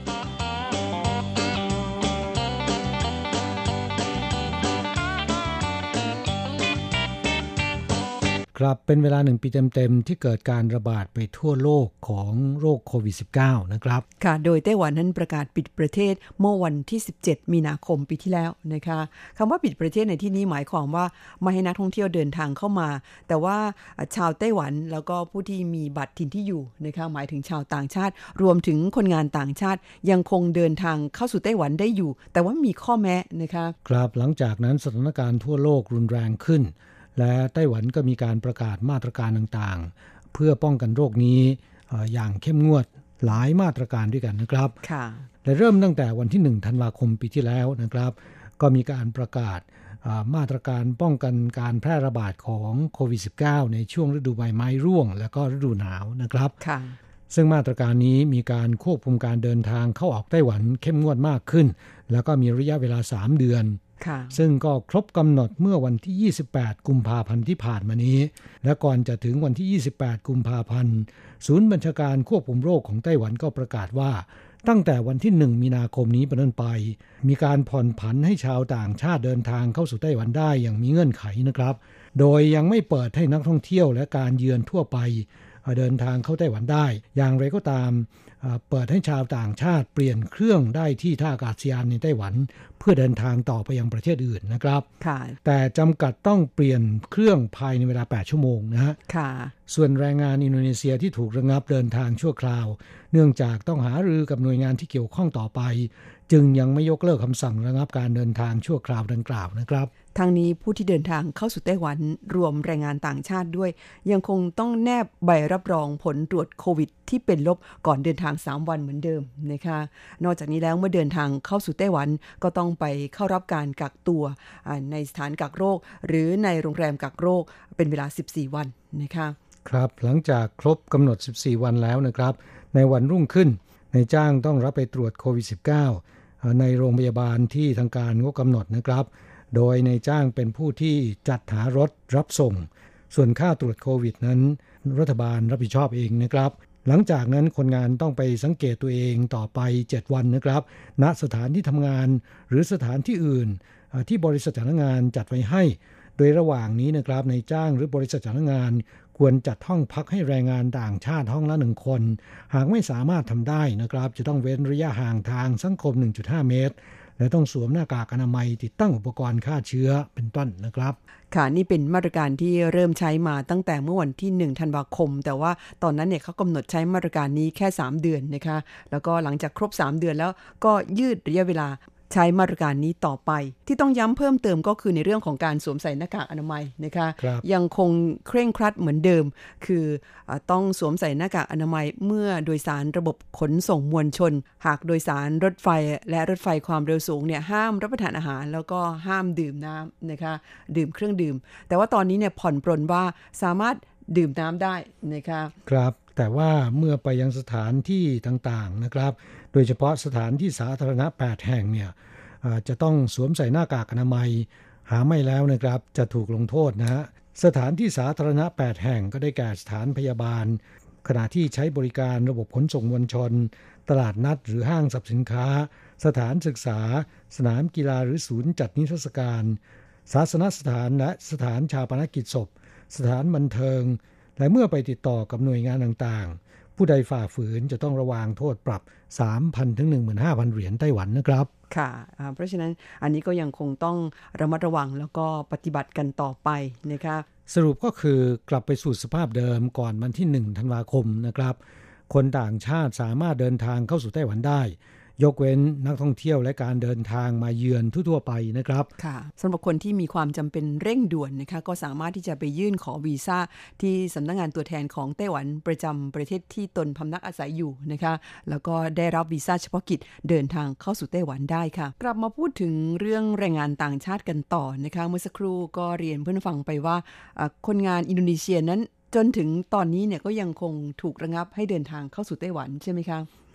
ครับเป็นเวลาหนึ่งปีเต็มๆที่เกิดการระบาดไปทั่วโลกของโรคโควิด สิบเก้า นะครับค่ะโดยไต้หวันนั้นประกาศปิดประเทศเมื่อวันที่สิบเจ็ดมีนาคมปีที่แล้วนะคะคำว่าปิดประเทศในที่นี้หมายความว่าไม่ให้นักท่องเที่ยวเดินทางเข้ามาแต่ว่าชาวไต้หวันแล้วก็ผู้ที่มีบัตรถิ่นที่อยู่นะคะหมายถึงชาวต่างชาติรวมถึงคนงานต่างชาติยังคงเดินทางเข้าสู่ไต้หวันได้อยู่แต่ว่ามีข้อแม้นะคะครับหลังจากนั้นสถานการณ์ทั่วโลกรุนแรงขึ้นและไต้หวันก็มีการประกาศมาตรการต่างๆเพื่อป้องกันโรคนี้อย่างเข้มงวดหลายมาตรการด้วยกันนะครับค่ะและเริ่มตั้งแต่วันที่หนึ่งธันวาคมปีที่แล้วนะครับก็มีการประกาศมาตรการป้องกันการแพร่ระบาดของโควิด สิบเก้า ในช่วงฤดูใบไม้ร่วงและก็ฤดูหนาวนะครับค่ะซึ่งมาตรการนี้มีการควบคุมการเดินทางเข้าออกไต้หวันเข้มงวดมากขึ้นแล้วก็มีระยะเวลาสามเดือนซึ่งก็ครบกำหนดเมื่อวันที่ยี่สิบแปดกุมภาพันธ์ที่ผ่านมานี้และก่อนจะถึงวันที่ยี่สิบแปดกุมภาพันธ์ศูนย์บัญชาการควบคุมโรคของไต้หวันก็ประกาศว่าตั้งแต่วันที่หนึ่งมีนาคมนี้เป็นต้นไปมีการผ่อนผันให้ชาวต่างชาติเดินทางเข้าสู่ไต้หวันได้อย่างมีเงื่อนไขนะครับโดยยังไม่เปิดให้นักท่องเที่ยวและการเยือนทั่วไปเดินทางเข้าไต้หวันได้อย่างไรก็ตามเปิดให้ชาวต่างชาติเปลี่ยนเครื่องได้ที่ท่าอากาศยานในไต้หวันเพื่อเดินทางต่อไปยังประเทศอื่นนะครับแต่จำกัดต้องเปลี่ยนเครื่องภายในเวลาแปดชั่วโมงนะฮะส่วนแรงงานอินโดนีเซียที่ถูกระงับเดินทางชั่วคราวเนื่องจากต้องหารือกับหน่วยงานที่เกี่ยวข้องต่อไปจึงยังไม่ยกเลิกคำสั่งระงับการเดินทางชั่วคราวดังกล่าวนะครับทางนี้ผู้ที่เดินทางเข้าสู่ไต้หวันรวมแรงงานต่างชาติด้วยยังคงต้องแนบใบรับรองผลตรวจโควิดที่เป็นลบก่อนเดินทางสามวันเหมือนเดิมนะคะนอกจากนี้แล้วเมื่อเดินทางเข้าสู่ไต้หวันก็ต้องไปเข้ารับการกักตัวในสถานกักโรคหรือในโรงแรมกักโรคเป็นเวลาสิบสี่วันนะคะครับหลังจากครบกำหนดสิบสี่วันแล้วนะครับในวันรุ่งขึ้นนายจ้างต้องรับไปตรวจโควิด สิบเก้า ในโรงพยาบาลที่ทางการก็กำหนดนะครับโดยนายจ้างเป็นผู้ที่จัดหารถรับส่งส่วนค่าตรวจโควิดนั้นรัฐบาลรับผิดชอบเองนะครับหลังจากนั้นคนงานต้องไปสังเกตตัวเองต่อไปเจ็ดวันนะครับณสถานที่ทำงานหรือสถานที่อื่นที่บริษัทจ้างงานจัดไว้ให้โดยระหว่างนี้นะครับนายจ้างหรือบริษัทจ้างงานควรจัดห้องพักให้แรงงานต่างชาติห้องละหนึ่งคนหากไม่สามารถทำได้นะครับจะต้องเว้นระยะห่างทางสังคม หนึ่งจุดห้า เมตรและต้องสวมหน้ากากอนามัยติดตั้งอุปกรณ์ฆ่าเชื้อเป็นต้นนะครับค่ะนี่เป็นมาตรการที่เริ่มใช้มาตั้งแต่เมื่อวันที่หนึ่งธันวาคมแต่ว่าตอนนั้นเนี่ยเขากำหนดใช้มาตรการนี้แค่สามเดือนนะคะแล้วก็หลังจากครบสามเดือนแล้วก็ยืดระยะเวลาใช้มาตรการนี้ต่อไปที่ต้องย้ำเพิ่มเติมก็คือในเรื่องของการสวมใส่หน้ากากอนามัยนะคะยังคงเคร่งครัดเหมือนเดิมคือต้องสวมใส่หน้ากากอนามัยเมื่อโดยสารระบบขนส่งมวลชนหากโดยสารรถไฟและรถไฟความเร็วสูงเนี่ยห้ามรับประทานอาหารแล้วก็ห้ามดื่มน้ำนะคะดื่มเครื่องดื่มแต่ว่าตอนนี้เนี่ยผ่อนปรนว่าสามารถดื่มน้ำได้นะคะครับแต่ว่าเมื่อไปยังสถานที่ต่างๆนะครับโดยเฉพาะสถานที่สาธารณะแปดแห่งเนี่ยจะต้องสวมใส่หน้ากากอนามัยหาไม่แล้วนะครับจะถูกลงโทษนะฮะสถานที่สาธารณะแปดแห่งก็ได้แก่สถานพยาบาลขณะที่ใช้บริการระบบขนส่งมวลชนตลาดนัดหรือห้างสรรพสินค้าสถานศึกษาสนามกีฬาหรือศูนย์จัดนิทรรศการศาสนสถานและสถานชาปนกิจศพสถานบันเทิงและเมื่อไปติดต่อกับหน่วยงานต่างๆผู้ใดฝ่าฝืนจะต้องระวางโทษปรับ สามพัน ถึง หนึ่งหมื่นห้าพัน เหรียญไต้หวันนะครับค่ะเพราะฉะนั้นอันนี้ก็ยังคงต้องระมัดระวังแล้วก็ปฏิบัติกันต่อไปนะคะสรุปก็คือกลับไปสู่สภาพเดิมก่อนวันที่หนึ่งธันวาคมนะครับคนต่างชาติสามารถเดินทางเข้าสู่ไต้หวันได้ยกเว้นนักท่องเที่ยวและการเดินทางมาเยือนทั่วๆไปนะครับค่ะสำหรับคนที่มีความจำเป็นเร่งด่วนนะคะก็สามารถที่จะไปยื่นขอวีซ่าที่สำนักงานตัวแทนของไต้หวันประจำประเทศที่ตนพำนักอาศัยอยู่นะคะแล้วก็ได้รับวีซ่าเฉพาะกิจเดินทางเข้าสู่ไต้หวันได้ค่ะกลับมาพูดถึงเรื่องแรงงานต่างชาติกันต่อนะคะเมื่อสักครู่ก็เรียนเพื่อนฟังไปว่าคนงานอินโดนีเซียนั้นจนถึงตอนนี้เนี่ยก็ยังคงถูกระงับให้เดินทางเข้าสู่ไต้หวันใช่ไหมคะ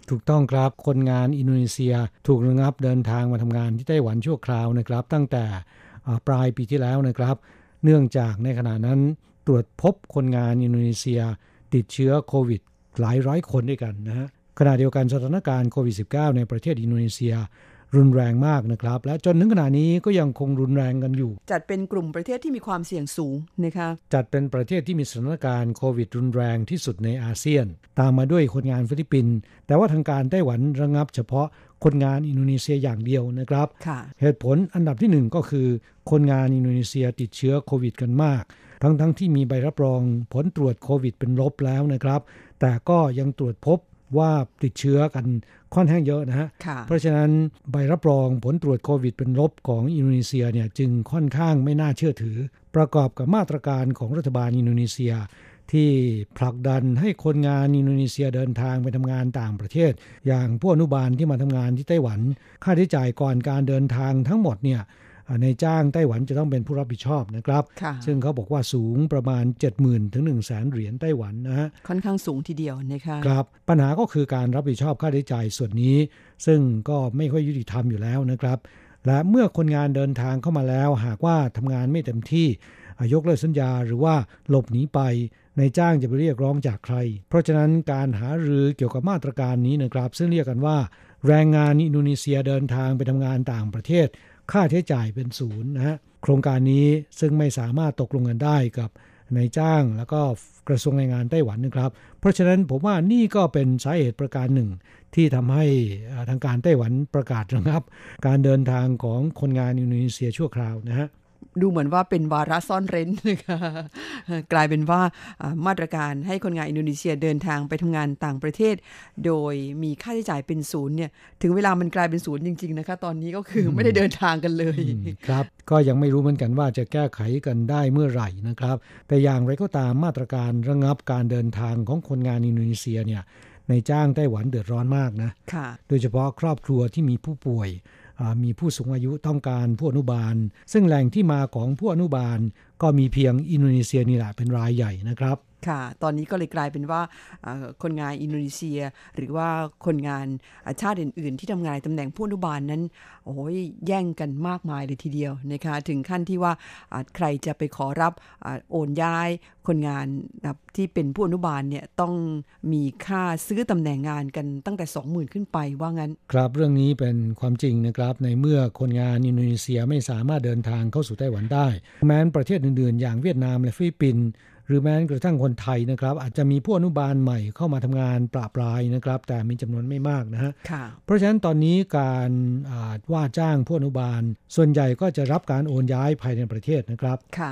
ถูกต้องครับคนงานอินโดนีเซียถูกระงับเดินทางมาทำงานที่ไต้หวันชั่วคราวนะครับตั้งแต่ปลายปีที่แล้วนะครับเนื่องจากในขณะนั้นตรวจพบคนงานอินโดนีเซียติดเชื้อโควิดหลายร้อยคนด้วยกันนะฮะขณะเดียวกันสถานการณ์โควิด สิบเก้า ในประเทศอินโดนีเซียรุนแรงมากนะครับและจนถึงขณะนี้ก็ยังคงรุนแรงกันอยู่จัดเป็นกลุ่มประเทศที่มีความเสี่ยงสูงนะคะจัดเป็นประเทศที่มีสถานการณ์โควิดรุนแรงที่สุดในอาเซียนตามมาด้วยคนงานฟิลิปปินส์แต่ว่าทางการไต้หวันระงับเฉพาะคนงานอินโดนีเซียอย่างเดียวนะครับเหตุผลอันดับที่หนึ่งก็คือคนงานอินโดนีเซียติดเชื้อโควิดกันมากทั้งๆ ท, ที่มีใบรับรองผลตรวจโควิดเป็นลบแล้วนะครับแต่ก็ยังตรวจพบว่าติดเชื้อกันค่อนข้างเยอะนะฮะเพราะฉะนั้นใบรับรองผลตรวจโควิดเป็นลบของอินโดนีเซียเนี่ยจึงค่อนข้างไม่น่าเชื่อถือประกอบกับมาตรการของรัฐบาลอินโดนีเซียที่ผลักดันให้คนงานอินโดนีเซียเดินทางไปทำงานต่างประเทศอย่างผู้อนุบาลที่มาทำงานที่ไต้หวันค่าใช้จ่ายก่อนการเดินทางทั้งหมดเนี่ยในจ้างไต้หวันจะต้องเป็นผู้รับผิดชอบนะครับซึ่งเขาบอกว่าสูงประมาณ เจ็ดหมื่น ถึง หนึ่งแสน เหรียญไต้หวันนะฮะค่อนข้างสูงทีเดียวนะคะครับปัญหาก็คือการรับผิดชอบค่าใช้จ่ายส่วนนี้ซึ่งก็ไม่ค่อยยุติธรรมอยู่แล้วนะครับและเมื่อคนงานเดินทางเข้ามาแล้วหากว่าทำงานไม่เต็มที่ยกเลิกสัญญาหรือว่าหลบหนีไปนายจ้างจะไปเรียกร้องจากใครเพราะฉะนั้นการหารือเกี่ยวกับมาตรการนี้นะครับซึ่งเรียกกันว่าแรงงานอินโดนีเซียเดินทางไปทำงานต่างประเทศค่าใช้จ่ายเป็นศูนย์นะฮะโครงการนี้ซึ่งไม่สามารถตกลงกันได้กับนายจ้างแล้วก็กระทรวงแรงงานไต้หวันนะครับเพราะฉะนั้นผมว่านี่ก็เป็นสาเหตุประการหนึ่งที่ทำให้ทางการไต้หวันประกาศระงับการเดินทางของคนงานอินโดนีเซียชั่วคราวนะฮะดูเหมือนว่าเป็นวาระซ่อนเร้นนะคะกลายเป็นว่ามาตรการให้คนงานอินโดนีเซียเดินทางไปทำงานต่างประเทศโดยมีค่าใช้จ่ายเป็นศูนย์เนี่ยถึงเวลามันกลายเป็นศูนย์จริงๆนะคะตอนนี้ก็คือไม่ได้เดินทางกันเลยครับก็ยังไม่รู้เหมือนกันว่าจะแก้ไขกันได้เมื่อไหร่นะครับแต่อย่างไรก็ตามมาตรการระงับการเดินทางของคนงานอินโดนีเซียเนี่ยในจ้างไต้หวันเดือดร้อนมากนะโดยเฉพาะครอบครัวที่มีผู้ป่วยมีผู้สูงอายุต้องการผู้อนุบาลซึ่งแหล่งที่มาของผู้อนุบาลก็มีเพียงอินโดนีเซียนี่แหละเป็นรายใหญ่นะครับค่ะตอนนี้ก็เลยกลายเป็นว่าคนงานอินโดนีเซียหรือว่าคนงานชาติอื่นๆที่ทำงานในตำแหน่งผู้อนุบาลนั้นโอ้ยแย่งกันมากมายเลยทีเดียวนะคะถึงขั้นที่ว่าใครจะไปขอรับโอนย้ายคนงานที่เป็นผู้อนุบาลเนี่ยต้องมีค่าซื้อตำแหน่งงานกันตั้งแต่ สองหมื่น ขึ้นไปว่างั้นครับเรื่องนี้เป็นความจริงนะครับในเมื่อคนงานอินโดนีเซียไม่สามารถเดินทางเข้าสู่ไต้หวันได้แม้ประเทศอื่นๆอย่างเวียดนามและฟิลิปปินส์หรือแม้กระทั่งคนไทยนะครับอาจจะมีผู้อนุบาลใหม่เข้ามาทำงานปราปรายนะครับแต่มีจำนวนไม่มากนะฮะเพราะฉะนั้นตอนนี้การว่าจ้างผู้อนุบาลส่วนใหญ่ก็จะรับการโอนย้ายภายในประเทศนะครับค่ะ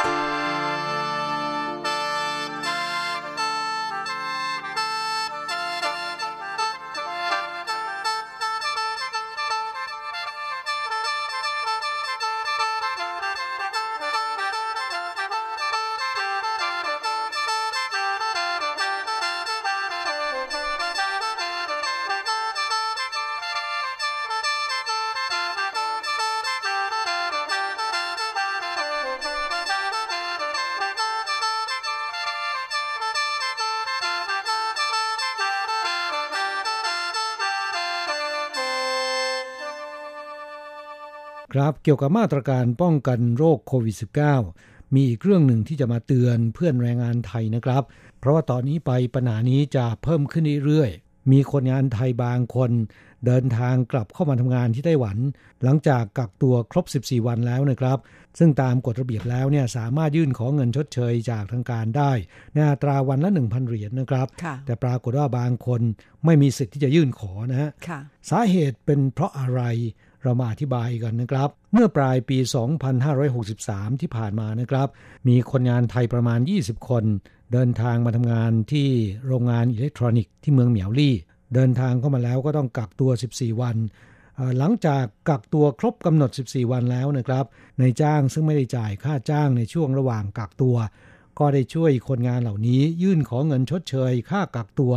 ครับเกี่ยวกับมาตรการป้องกันโรคโควิด สิบเก้า มีอีกเรื่องหนึ่งที่จะมาเตือนเพื่อนแรงงานไทยนะครับเพราะว่าตอนนี้ไปปัญหานี้จะเพิ่มขึ้นเรื่อยๆมีคนงานไทยบางคนเดินทางกลับเข้ามาทำงานที่ไต้หวันหลังจากกักตัวครบสิบสี่วันแล้วนะครับซึ่งตามกฎระเบียบแล้วเนี่ยสามารถยื่นขอเงินชดเชยจากทางการได้ในอัตราวันละ หนึ่งพัน เหรียญนะครับแต่ปรากฏว่าบางคนไม่มีสิทธิ์ที่จะยื่นขอนะฮะสาเหตุเป็นเพราะอะไรเรามาอธิบายกันนะครับเมื่อปลายปีสองพันห้าร้อยหกสิบสามที่ผ่านมานะครับมีคนงานไทยประมาณยี่สิบคนเดินทางมาทำงานที่โรงงานอิเล็กทรอนิกส์ที่เมืองเหมียวลี่เดินทางเข้ามาแล้วก็ต้องกักตัวสิบสี่วันหลังจากกักตัวครบกำหนดสิบสี่วันแล้วนะครับนายจ้างซึ่งไม่ได้จ่ายค่าจ้างในช่วงระหว่างกักตัวก็ได้ช่วยคนงานเหล่านี้ยื่นขอเงินชดเชยค่ากักตัว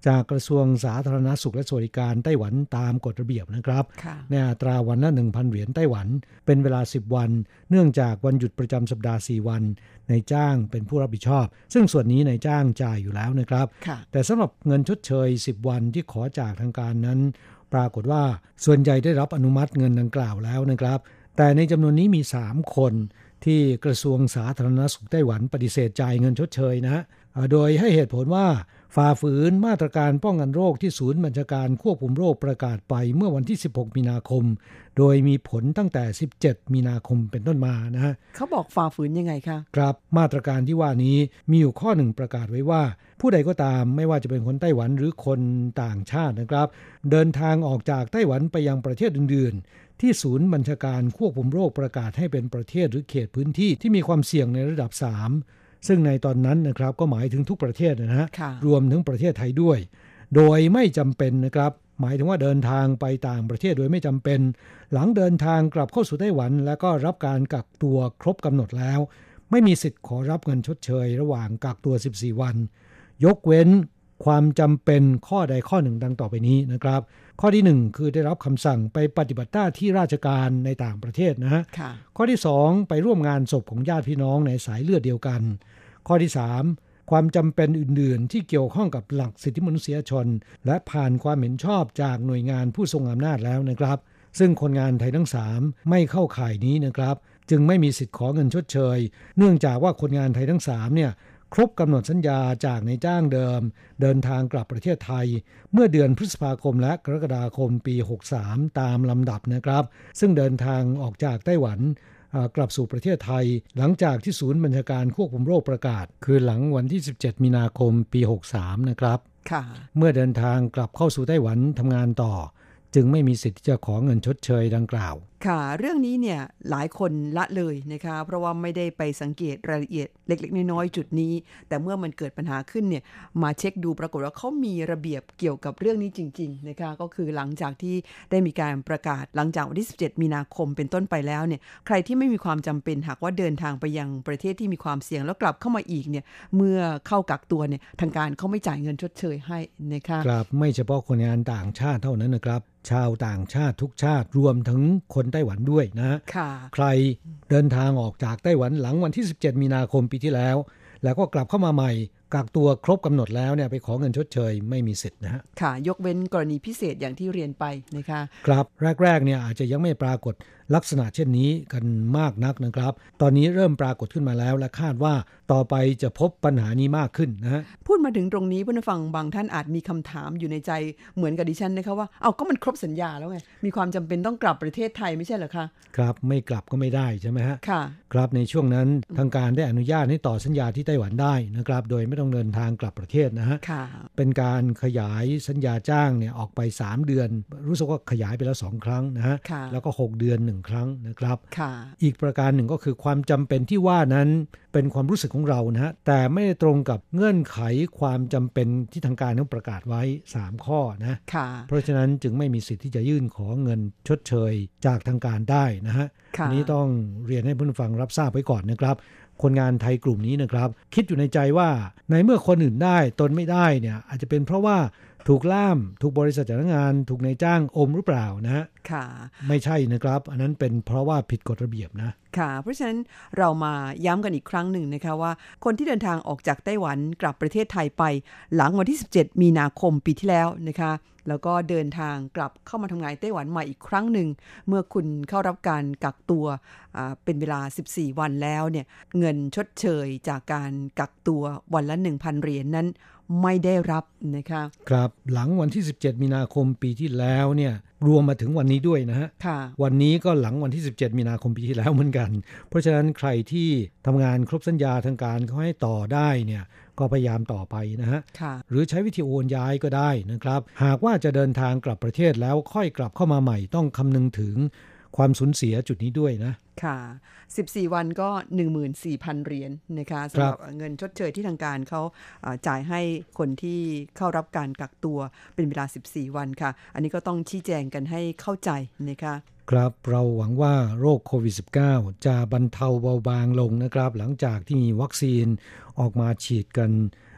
จากกระทรวงสาธารณสุขและสวัสดิการไต้หวันตามกฎระเบียบนะครับในอัตราวันละ หนึ่งพัน เหรียญไต้หวันเป็นเวลาสิบวันเนื่องจากวันหยุดประจำสัปดาห์สี่วันนายจ้างเป็นผู้รับผิดชอบซึ่งส่วนนี้นายจ้างจ่ายอยู่แล้วนะครับแต่สำหรับเงินชดเชยสิบวันที่ขอจากทางการนั้นปรากฏว่าส่วนใหญ่ได้รับอนุมัติเงินดังกล่าวแล้วนะครับแต่ในจำนวนนี้มีสามคนที่กระทรวงสาธารณสุขไต้หวันปฏิเสธจ่ายเงินชดเชยนะฮะโดยให้เหตุผลว่าฝ่าฝืนมาตรการป้องกันโรคที่ศูนย์บัญชาการควบคุมโรคประกาศไปเมื่อวันที่สิบหกมีนาคมโดยมีผลตั้งแต่สิบเจ็ดมีนาคมเป็นต้นมานะฮะเขาบอกฝ่าฝืนยังไงคะครับมาตรการที่ว่านี้มีอยู่ข้อหนึ่งประกาศไว้ว่าผู้ใดก็ตามไม่ว่าจะเป็นคนไต้หวันหรือคนต่างชาตินะครับเดินทางออกจากไต้หวันไปยังประเทศอื่นๆที่ศูนย์บัญชาการควบคุมโรคประกาศให้เป็นประเทศหรือเขตพื้นที่ที่มีความเสี่ยงในระดับสามซึ่งในตอนนั้นนะครับก็หมายถึงทุกประเทศนะฮะรวมถึงประเทศไทยด้วยโดยไม่จำเป็นนะครับหมายถึงว่าเดินทางไปต่างประเทศโดยไม่จำเป็นหลังเดินทางกลับเข้าสู่ไต้หวันแล้วก็รับการกักตัวครบกำหนดแล้วไม่มีสิทธิ์ขอรับเงินชดเชยระหว่างกักตัวสิบสี่วันยกเว้นความจำเป็นข้อใดข้อหนึ่งดังต่อไปนี้นะครับข้อที่หนึ่งคือได้รับคำสั่งไปปฏิบัติหน้าที่ราชการในต่างประเทศนะฮะข้อที่สองไปร่วมงานศพของญาติพี่น้องในสายเลือดเดียวกันข้อที่สามความจำเป็นอื่นๆที่เกี่ยวข้องกับหลักสิทธิมนุษยชนและผ่านความเห็นชอบจากหน่วยงานผู้ทรงอำนาจแล้วนะครับซึ่งคนงานไทยทั้งสามไม่เข้าข่ายนี้นะครับจึงไม่มีสิทธิ์ขอเงินชดเชยเนื่องจากว่าคนงานไทยทั้งสามเนี่ยครบกำหนดสัญญาจากนายจ้างเดิมเดินทางกลับประเทศไทยเมื่อเดือนพฤษภาคมและกรกฎาคมปีหกสิบสามตามลำดับนะครับซึ่งเดินทางออกจากไต้หวันกลับสู่ประเทศไทยหลังจากที่ศูนย์บัญชาการควบคุมโรคประกาศคือหลังวันที่สิบเจ็ดมีนาคมปีหกสิบสามนะครับเมื่อเดินทางกลับเข้าสู่ไต้หวันทำงานต่อจึงไม่มีสิทธิ์ที่จะขอเงินชดเชยดังกล่าวค่ะเรื่องนี้เนี่ยหลายคนละเลยนะคะเพราะว่าไม่ได้ไปสังเกตรายละเอียดเล็กๆน้อยๆจุดนี้แต่เมื่อมันเกิดปัญหาขึ้นเนี่ยมาเช็คดูปรากฏว่าเขามีระเบียบเกี่ยวกับเรื่องนี้จริงๆนะคะก็คือหลังจากที่ได้มีการประกาศหลังจากวันที่สิบเจ็ดมีนาคมเป็นต้นไปแล้วเนี่ยใครที่ไม่มีความจำเป็นหากว่าเดินทางไปยังประเทศที่มีความเสี่ยงแล้วกลับเข้ามาอีกเนี่ยเมื่อเข้ากักตัวเนี่ยทางการเขาไม่จ่ายเงินชดเชยให้นะคะครับไม่เฉพาะคนงานต่างชาติเท่านั้นนะครับชาวต่างชาติทุกชาติรวมถึงคนไต้หวันด้วยนะใครเดินทางออกจากไต้หวันหลังวันที่สิบเจ็ดมีนาคมปีที่แล้วแล้วก็กลับเข้ามาใหม่กักตัวครบกำหนดแล้วเนี่ยไปขอเงินชดเชยไม่มีสิทธิ์นะฮะค่ะยกเว้นกรณีพิเศษอย่างที่เรียนไปนะคะครับแรกๆเนี่ยอาจจะยังไม่ปรากฏลักษณะเช่นนี้กันมากนักนะครับตอนนี้เริ่มปรากฏขึ้นมาแล้วและคาดว่าต่อไปจะพบปัญหานี้มากขึ้นนะฮะพูดมาถึงตรงนี้ผู้ฟังบางท่านอาจมีคำถามอยู่ในใจเหมือนกับดิฉันนะคะว่าเอาก็มันครบสัญญาแล้วไงมีความจำเป็นต้องกลับประเทศไทยไม่ใช่เหรอคะครับไม่กลับก็ไม่ได้ใช่ไหมฮะค่ะครับในช่วงนั้นทางการได้อนุญาตให้ต่อสัญญาที่ไต้หวันได้นะครับโดยไม่ต้องเดินทางกลับประเทศนะฮะเป็นการขยายสัญญาจ้างเนี่ยออกไปสามเดือนรู้สึกว่าขยายไปแล้วสองครั้งนะฮะแล้วก็หกเดือนหนึ่งครั้งนะครับอีกประการหนึ่งก็คือความจำเป็นที่ว่านั้นเป็นความรู้สึกของเรานะฮะแต่ไม่ได้ตรงกับเงื่อนไขความจำเป็นที่ทางการต้องประกาศไว้สามข้อนะเพราะฉะนั้นจึงไม่มีสิทธิ์ที่จะยื่นขอเงินชดเชยจากทางการได้นะฮะอันนี้ต้องเรียนให้ผู้ฟังรับทราบไว้ก่อนนะครับคนงานไทยกลุ่มนี้นะครับคิดอยู่ในใจว่าในเมื่อคนอื่นได้ตนไม่ได้เนี่ยอาจจะเป็นเพราะว่าถูกล่ามถูกบริษัทจ้างงานถูกนายจ้างอมหรือเปล่านะฮะค่ะไม่ใช่นะครับอันนั้นเป็นเพราะว่าผิดกฎระเบียบนะค่ะเพราะฉะนั้นเรามาย้ำกันอีกครั้งหนึ่งนะคะว่าคนที่เดินทางออกจากไต้หวันกลับประเทศไทยไปหลังวันที่สิบเจ็ดมีนาคมปีที่แล้วนะคะแล้วก็เดินทางกลับเข้ามาทำงานไต้หวันใหม่อีกครั้งหนึ่งเมื่อคุณเข้ารับการกักตัวเป็นเวลาสิบสี่วันแล้วเนี่ยเงินชดเชยจากการกักตัววันละ หนึ่งพัน เหรียญ นั้นไม่ได้รับนะคะครับหลังวันที่สิบเจ็ดมีนาคมปีที่แล้วเนี่ยรวมมาถึงวันนี้ด้วยนะฮะวันนี้ก็หลังวันที่สิบเจ็ดมีนาคมปีที่แล้วเหมือนกันเพราะฉะนั้นใครที่ทำงานครบสัญญาทางการเขาให้ต่อได้เนี่ยก็พยายามต่อไปนะฮะหรือใช้วิธีโอนย้ายก็ได้นะครับหากว่าจะเดินทางกลับประเทศแล้วค่อยกลับเข้ามาใหม่ต้องคำนึงถึงความสูญเสียจุดนี้ด้วยนะค่ะสิบสี่วันก็ หนึ่งหมื่นสี่พัน เหรียญ นะคะสำหรับเงินชดเชยที่ทางการเขาจ่ายให้คนที่เข้ารับการกักตัวเป็นเวลาสิบสี่วันค่ะอันนี้ก็ต้องชี้แจงกันให้เข้าใจนะคะครับเราหวังว่าโรคโควิด สิบเก้า จะบรรเทาเบาบางลงนะครับหลังจากที่มีวัคซีนออกมาฉีดกัน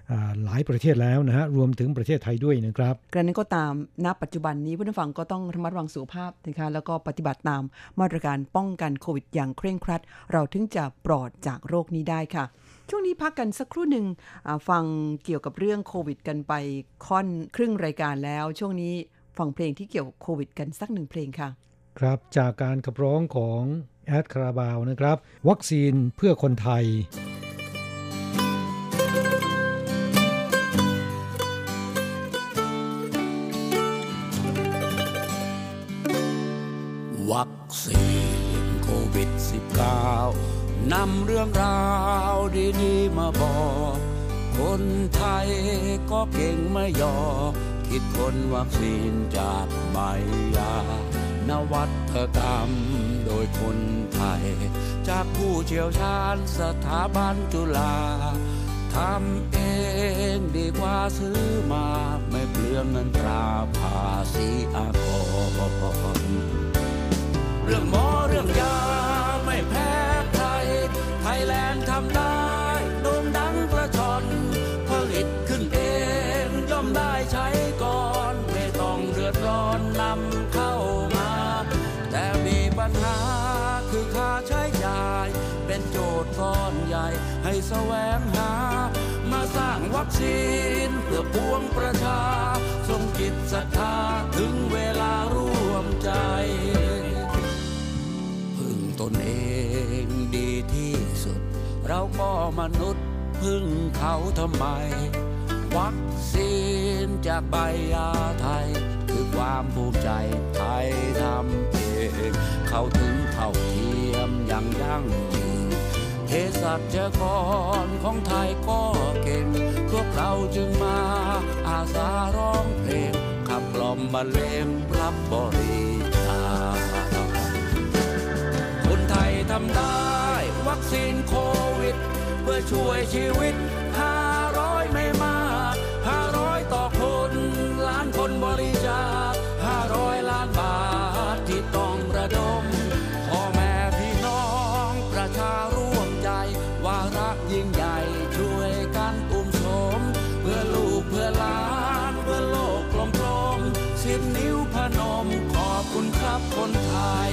หลายประเทศแล้วนะฮะรวมถึงประเทศไทยด้วยนะครับกระนั้นก็ตามณปัจจุบันนี้ผู้ฟังก็ต้องระมัดระวังสุขภาพนะคะแล้วก็ปฏิบัติตามมาตรการป้องกันโควิดอย่างเคร่งครัดเราถึงจะปลอดจากโรคนี้ได้ค่ะช่วงนี้พักกันสักครู่หนึ่งฟังเกี่ยวกับเรื่องโควิดกันไปค่อนครึ่งรายการแล้วช่วงนี้ฟังเพลงที่เกี่ยวกับโควิดกันสักหนึ่งเพลงค่ะครับจากการขับร้องของแอดคาราบาวนะครับวัคซีนเพื่อคนไทยวัคซีนโควิด สิบเก้า นำเรื่องราวดีๆมาบอกคนไทยก็เก่งไม่ยอคิดคนวัคซีนจากใบยานวัตกรรมโดยคนไทยจากผู้เชี่ยวชาญสถาบันจุฬาทำเองดีกว่าซื้อมาไม่เปลืองเงินตราภาษีอากรเรื่องหมอเรื่องยาไม่แพ้ใครไทยแลนด์ทำได้โด่งดังกระชอนผลิตขึ้นเองย่อมได้ใช้ก่อนไม่ต้องเดือดร้อนนำเข้ามาแต่มีปัญหาคือค่าใช้จ่ายเป็นโจทย์ก้อนใหญ่ให้แสวงหามาสร้างวัคซีนเพื่อปวงประชาทรงจิตศรัทธาถึงเวลาร่วมใจตนเองดีที่สุดเราก็มนุษย์พึ่งเขาทำไมวัคซีนจากใบยาไทยคือความภูมิใจไทยทำเองเข้าถึงเท่าเทียมอย่างยั่งยืนเภสัชกรของไทยก็เก่งพวกเราจึงมาอาสาร้องเพลงขับกล่อมบรรเลงรับบริจาคคนไทยทำได้วัคซีนโควิดเพื่อช่วยชีวิตห้าร้อยไม่มากห้าร้อยต่อคนล้านคนบริจาคห้าร้อยล้านบาทที่ต้องระดมพ่อแม่พี่น้องประชาร่วมใจวาระยิ่งใหญ่ช่วยกันอุ้มสมเพื่อลูกเพื่อหลานเพื่อโลกกลมๆสิบนิ้วพนมขอบคุณครับคนไทย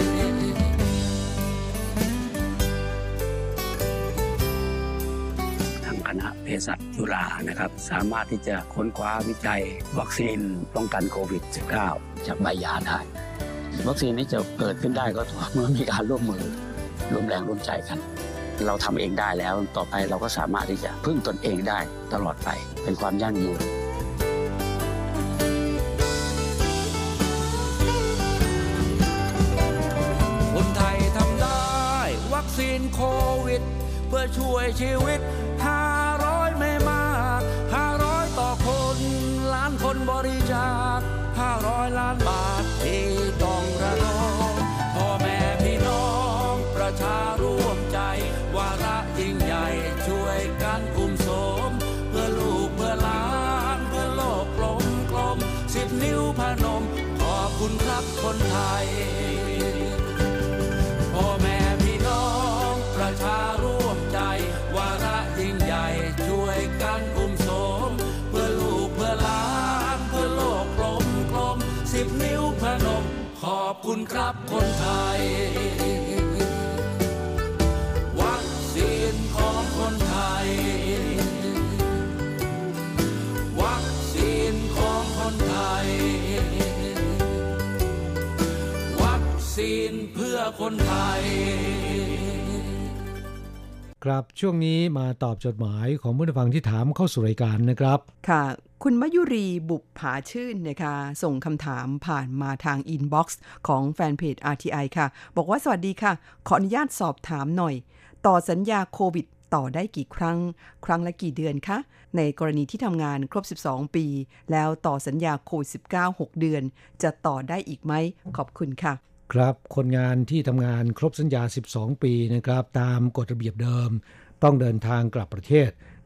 คณะเภสัชจุฬานะครับสามารถที่จะค้นคว้าวิจัยวัคซีนป้องกันโควิด สิบเก้า จากใบยาได้วัคซีนนี้จะเกิดขึ้นได้ก็เมื่อมีการร่วมมือร่วมแรงร่วมใจกันเราทำเองได้แล้วต่อไปเราก็สามารถที่จะพึ่งตนเองได้ตลอดไปเป็นความยั่งยืนคนไทยทำได้วัคซีนโควิดเพื่อช่วยชีวิตห้าร้อยไม่มากห้าร้อยต่อคนล้านคนบริจาคห้าร้อยล้านบาทที่ต้องระดมพ่อแม่พี่น้องประชาร่วมใจวาระยิ่งใหญ่ช่วยกันอุ้มสมเพื่อลูกเพื่อหลานเพื่อโลกกลมกลมสิบนิ้วพนมขอบคุณครับคนไทยพ่อแม่พี่น้องประชาร่วมใจวาระยิ่งใหญ่ช่วยกันอุ้มสมเพื่อลูกเพื่อหลานเพื่อโลกกลมกลมสิบนิ้วพนมขอบคุณครับคนไทยวัคซีนของคนไทยวัคซีนของคนไทยวัคซีนเพื่อคนไทยครับช่วงนี้มาตอบจดหมายของผู้ฟังที่ถามเข้าสู่รายการนะครับค่ะคุณมยุรีบุปผาชื่นนะคะส่งคำถามผ่านมาทางอินบ็อกซ์ของแฟนเพจ อาร์ ที ไอ ค่ะบอกว่าสวัสดีค่ะขออนุญาตสอบถามหน่อยต่อสัญญาโควิดต่อได้กี่ครั้งครั้งละกี่เดือนคะในกรณีที่ทำงานครบสิบสองปีแล้วต่อสัญญาโควิด สิบเก้า หกเดือนจะต่อได้อีกไหมขอบคุณค่ะครับคนงานที่ทำงานครบสัญญาสิบสองปีนะครับตามกฎระเบียบเดิมต้องเดินทางกลับประเทศใน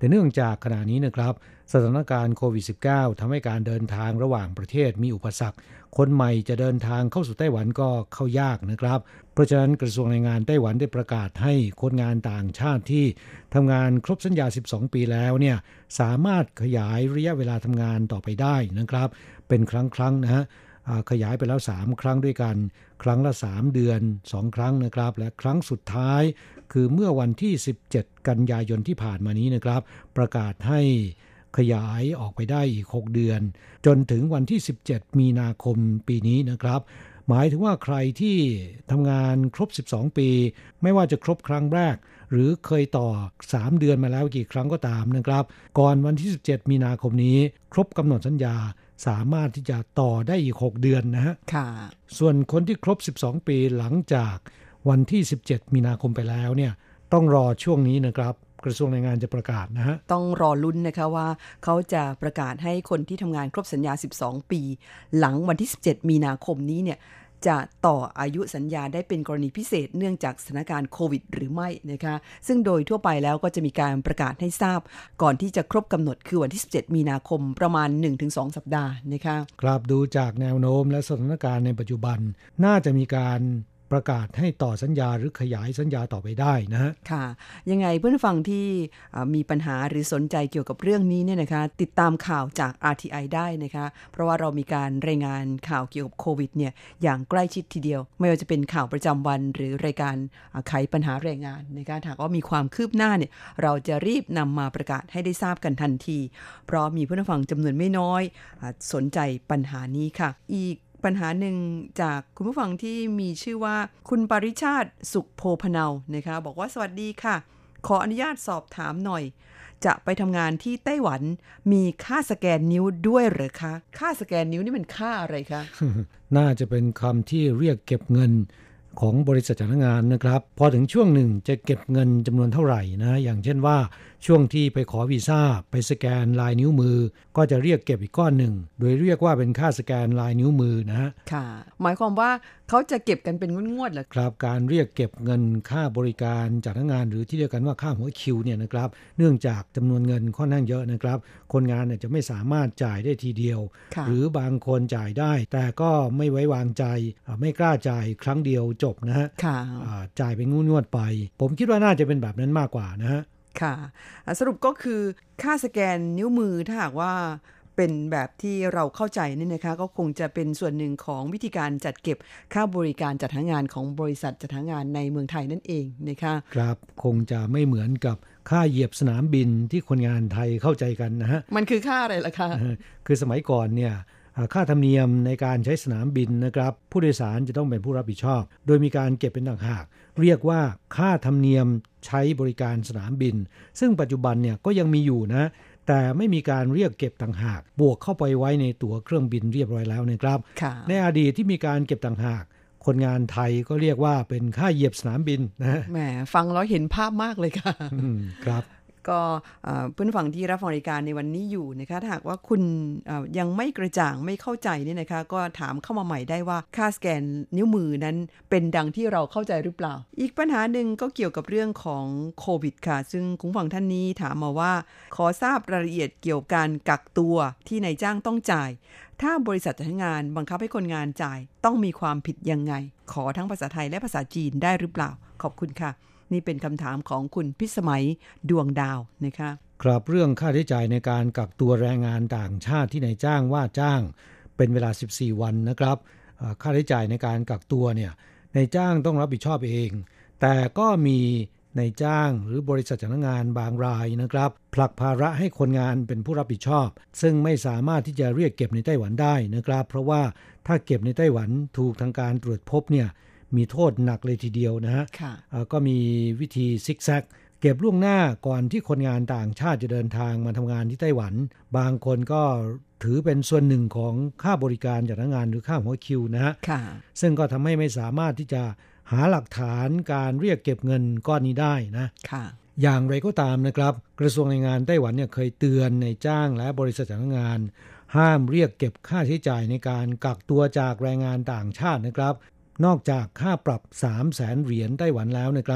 แต่เนื่องจากขณะนี้นะครับสถานการณ์โควิด สิบเก้า ทำให้การเดินทางระหว่างประเทศมีอุปสรรคคนใหม่จะเดินทางเข้าสู่ไต้หวันก็เข้ายากนะครับเพราะฉะนั้นกระทรวงแรงงานไต้หวันได้ประกาศให้คนงานต่างชาติที่ทำงานครบสัญญาสิบสองปีแล้วเนี่ยสามารถขยายระยะเวลาทำงานต่อไปได้นะครับเป็นครั้งๆนะฮะขยายไปแล้วสามครั้งด้วยกันครั้งละสามเดือนสองครั้งนะครับและครั้งสุดท้ายคือเมื่อวันที่สิบเจ็ดกันยายนที่ผ่านมานี้นะครับประกาศให้ขยายออกไปได้อีกหกเดือนจนถึงวันที่สิบเจ็ดมีนาคมปีนี้นะครับหมายถึงว่าใครที่ทำงานครบสิบสองปีไม่ว่าจะครบครั้งแรกหรือเคยต่อสามเดือนมาแล้วกี่ครั้งก็ตามนะครับก่อนวันที่สิบเจ็ดมีนาคมนี้ครบกำหนดสัญญาสามารถที่จะต่อได้อีกหกเดือนนะฮะค่ะส่วนคนที่ครบสิบสองปีหลังจากวันที่สิบเจ็ดมีนาคมไปแล้วเนี่ยต้องรอช่วงนี้นะครับกระทรวงแรงงานจะประกาศนะฮะต้องรอลุ้นนะคะว่าเขาจะประกาศให้คนที่ทำงานครบสัญญาสิบสองปีหลังวันที่สิบเจ็ดมีนาคมนี้เนี่ยจะต่ออายุสัญญาได้เป็นกรณีพิเศษเนื่องจากสถานการณ์โควิดหรือไม่นะคะซึ่งโดยทั่วไปแล้วก็จะมีการประกาศให้ทราบก่อนที่จะครบกำหนดคือวันที่สิบเจ็ดมีนาคมประมาณ หนึ่งถึงสอง สัปดาห์นะคะครับดูจากแนวโน้มและสถานการณ์ในปัจจุบันน่าจะมีการประกาศให้ต่อสัญญาหรือขยายสัญญาต่อไปได้นะฮะค่ะยังไงเพื่อนฟังที่มีปัญหาหรือสนใจเกี่ยวกับเรื่องนี้เนี่ยนะคะติดตามข่าวจาก อาร์ ที ไอ ได้นะคะเพราะว่าเรามีการรายงานข่าวเกี่ยวกับโควิดเนี่ยอย่างใกล้ชิดทีเดียวไม่ว่าจะเป็นข่าวประจำวันหรือรายการไขปัญหาแรงงานนะคะถ้าว่ามีความคืบหน้าเนี่ยเราจะรีบนำมาประกาศให้ได้ทราบกันทันทีเพราะมีเพื่อนฟังจำนวนไม่น้อยสนใจปัญหานี้ค่ะอีกปัญหาหนึ่งจากคุณผู้ฟังที่มีชื่อว่าคุณปริชาติสุขโพพเนานะคะบอกว่าสวัสดีค่ะขออนุญาตสอบถามหน่อยจะไปทำงานที่ไต้หวันมีค่าสแกนนิ้วด้วยหรือคะค่าสแกนนิ้วนี่มันค่าอะไรคะน่าจะเป็นคำที่เรียกเก็บเงินของบริษัทจ้างงานนะครับพอถึงช่วงหนึ่งจะเก็บเงินจำนวนเท่าไหร่นะอย่างเช่นว่าช่วงที่ไปขอวีซ่าไปสแกนลายนิ้วมือก็จะเรียกเก็บอีกก้อนหนึ่งโดยเรียกว่าเป็นค่าสแกนลายนิ้วมือนะฮะค่ะหมายความว่าเขาจะเก็บกันเป็นงวดๆเหรอครับการเรียกเก็บเงินค่าบริการจากจ้างงานหรือที่เรียกกันว่าค่าหัวคิวเนี่ยนะครับเนื่องจากจำนวนเงินค่อนข้างเยอะนะครับคนงานเนี่ยจะไม่สามารถจ่ายได้ทีเดียวหรือบางคนจ่ายได้แต่ก็ไม่ไว้วางใจไม่กล้าจ่ายครั้งเดียวจบนะฮะจ่ายเป็นงวดๆไปผมคิดว่าน่าจะเป็นแบบนั้นมากกว่านะฮะค่ะสรุปก็คือค่าสแกนนิ้วมือถ้าหากว่าเป็นแบบที่เราเข้าใจนี่นะคะก็คงจะเป็นส่วนหนึ่งของวิธีการจัดเก็บค่าบริการจัดหางานของบริษัทจัดหางานในเมืองไทยนั่นเองนะคะครับคงจะไม่เหมือนกับค่าเหยียบสนามบินที่คนงานไทยเข้าใจกันนะฮะมันคือค่าอะไรล่ะคะคือสมัยก่อนเนี่ยค่าธรรมเนียมในการใช้สนามบินนะครับผู้โดยสารจะต้องเป็นผู้รับผิดชอบโดยมีการเก็บเป็นต่างหากเรียกว่าค่าธรรมเนียมใช้บริการสนามบินซึ่งปัจจุบันเนี่ยก็ยังมีอยู่นะแต่ไม่มีการเรียกเก็บต่างหากบวกเข้าไปไว้ในตั๋วเครื่องบินเรียบร้อยแล้วนะครับในอดีตที่มีการเก็บต่างหากคนงานไทยก็เรียกว่าเป็นค่าเหยียบสนามบินนะแหมฟังแล้วเห็นภาพมากเลยค่ะครับก็เพื่อนฝั่งที่รับฟังรายการในวันนี้อยู่นะคะถ้าหากว่าคุณยังไม่กระจ่างไม่เข้าใจเนี่ยนะคะก็ถามเข้ามาใหม่ได้ว่าค่าสแกนนิ้วมือนั้นเป็นดังที่เราเข้าใจหรือเปล่าอีกปัญหาหนึ่งก็เกี่ยวกับเรื่องของโควิดค่ะซึ่งคุณฝั่งท่านนี้ถามมาว่าขอทราบรายละเอียดเกี่ยวกับการกักตัวที่นายจ้างต้องจ่ายถ้าบริษัทจ้างงานบังคับให้คนงานจ่ายต้องมีความผิดยังไงขอทั้งภาษาไทยและภาษาจีนได้หรือเปล่าขอบคุณค่ะนี่เป็นคำถามของคุณพิสมัยดวงดาวนะคะครับเรื่องค่าใช้จ่ายในการกักตัวแรงงานต่างชาติที่นายจ้างว่าจ้างเป็นเวลาสิบสี่วันนะครับค่าใช้จ่ายในการกักตัวเนี่ยนายจ้างต้องรับผิดชอบเองแต่ก็มีนายจ้างหรือบริษัทจ้างงานบางรายนะครับผลักภาระให้คนงานเป็นผู้รับผิดชอบซึ่งไม่สามารถที่จะเรียกเก็บในไต้หวันได้นะครับเพราะว่าถ้าเก็บในไต้หวันถูกทางการตรวจพบเนี่ยมีโทษหนักเลยทีเดียวนะฮะก็มีวิธีซิกแซกเก็บล่วงหน้าก่อนที่คนงานต่างชาติจะเดินทางมาทำงานที่ไต้หวันบางคนก็ถือเป็นส่วนหนึ่งของค่าบริการจากงานหรือค่าหัวคิวนะฮะซึ่งก็ทำให้ไม่สามารถที่จะหาหลักฐานการเรียกเก็บเงินก้อนนี้ได้นะอย่างไรก็ตามนะครับกระทรวงแรงงานไต้หวันเนี่ยเคยเตือนในจ้างและบริษัทจ้างงานห้ามเรียกเก็บค่าใช้จ่ายในการกักตัวจากแรงงานต่างชาตินะครับนอกจากค่าปรับ สามแสน เหรียญไต้หวันแล้วนะครับ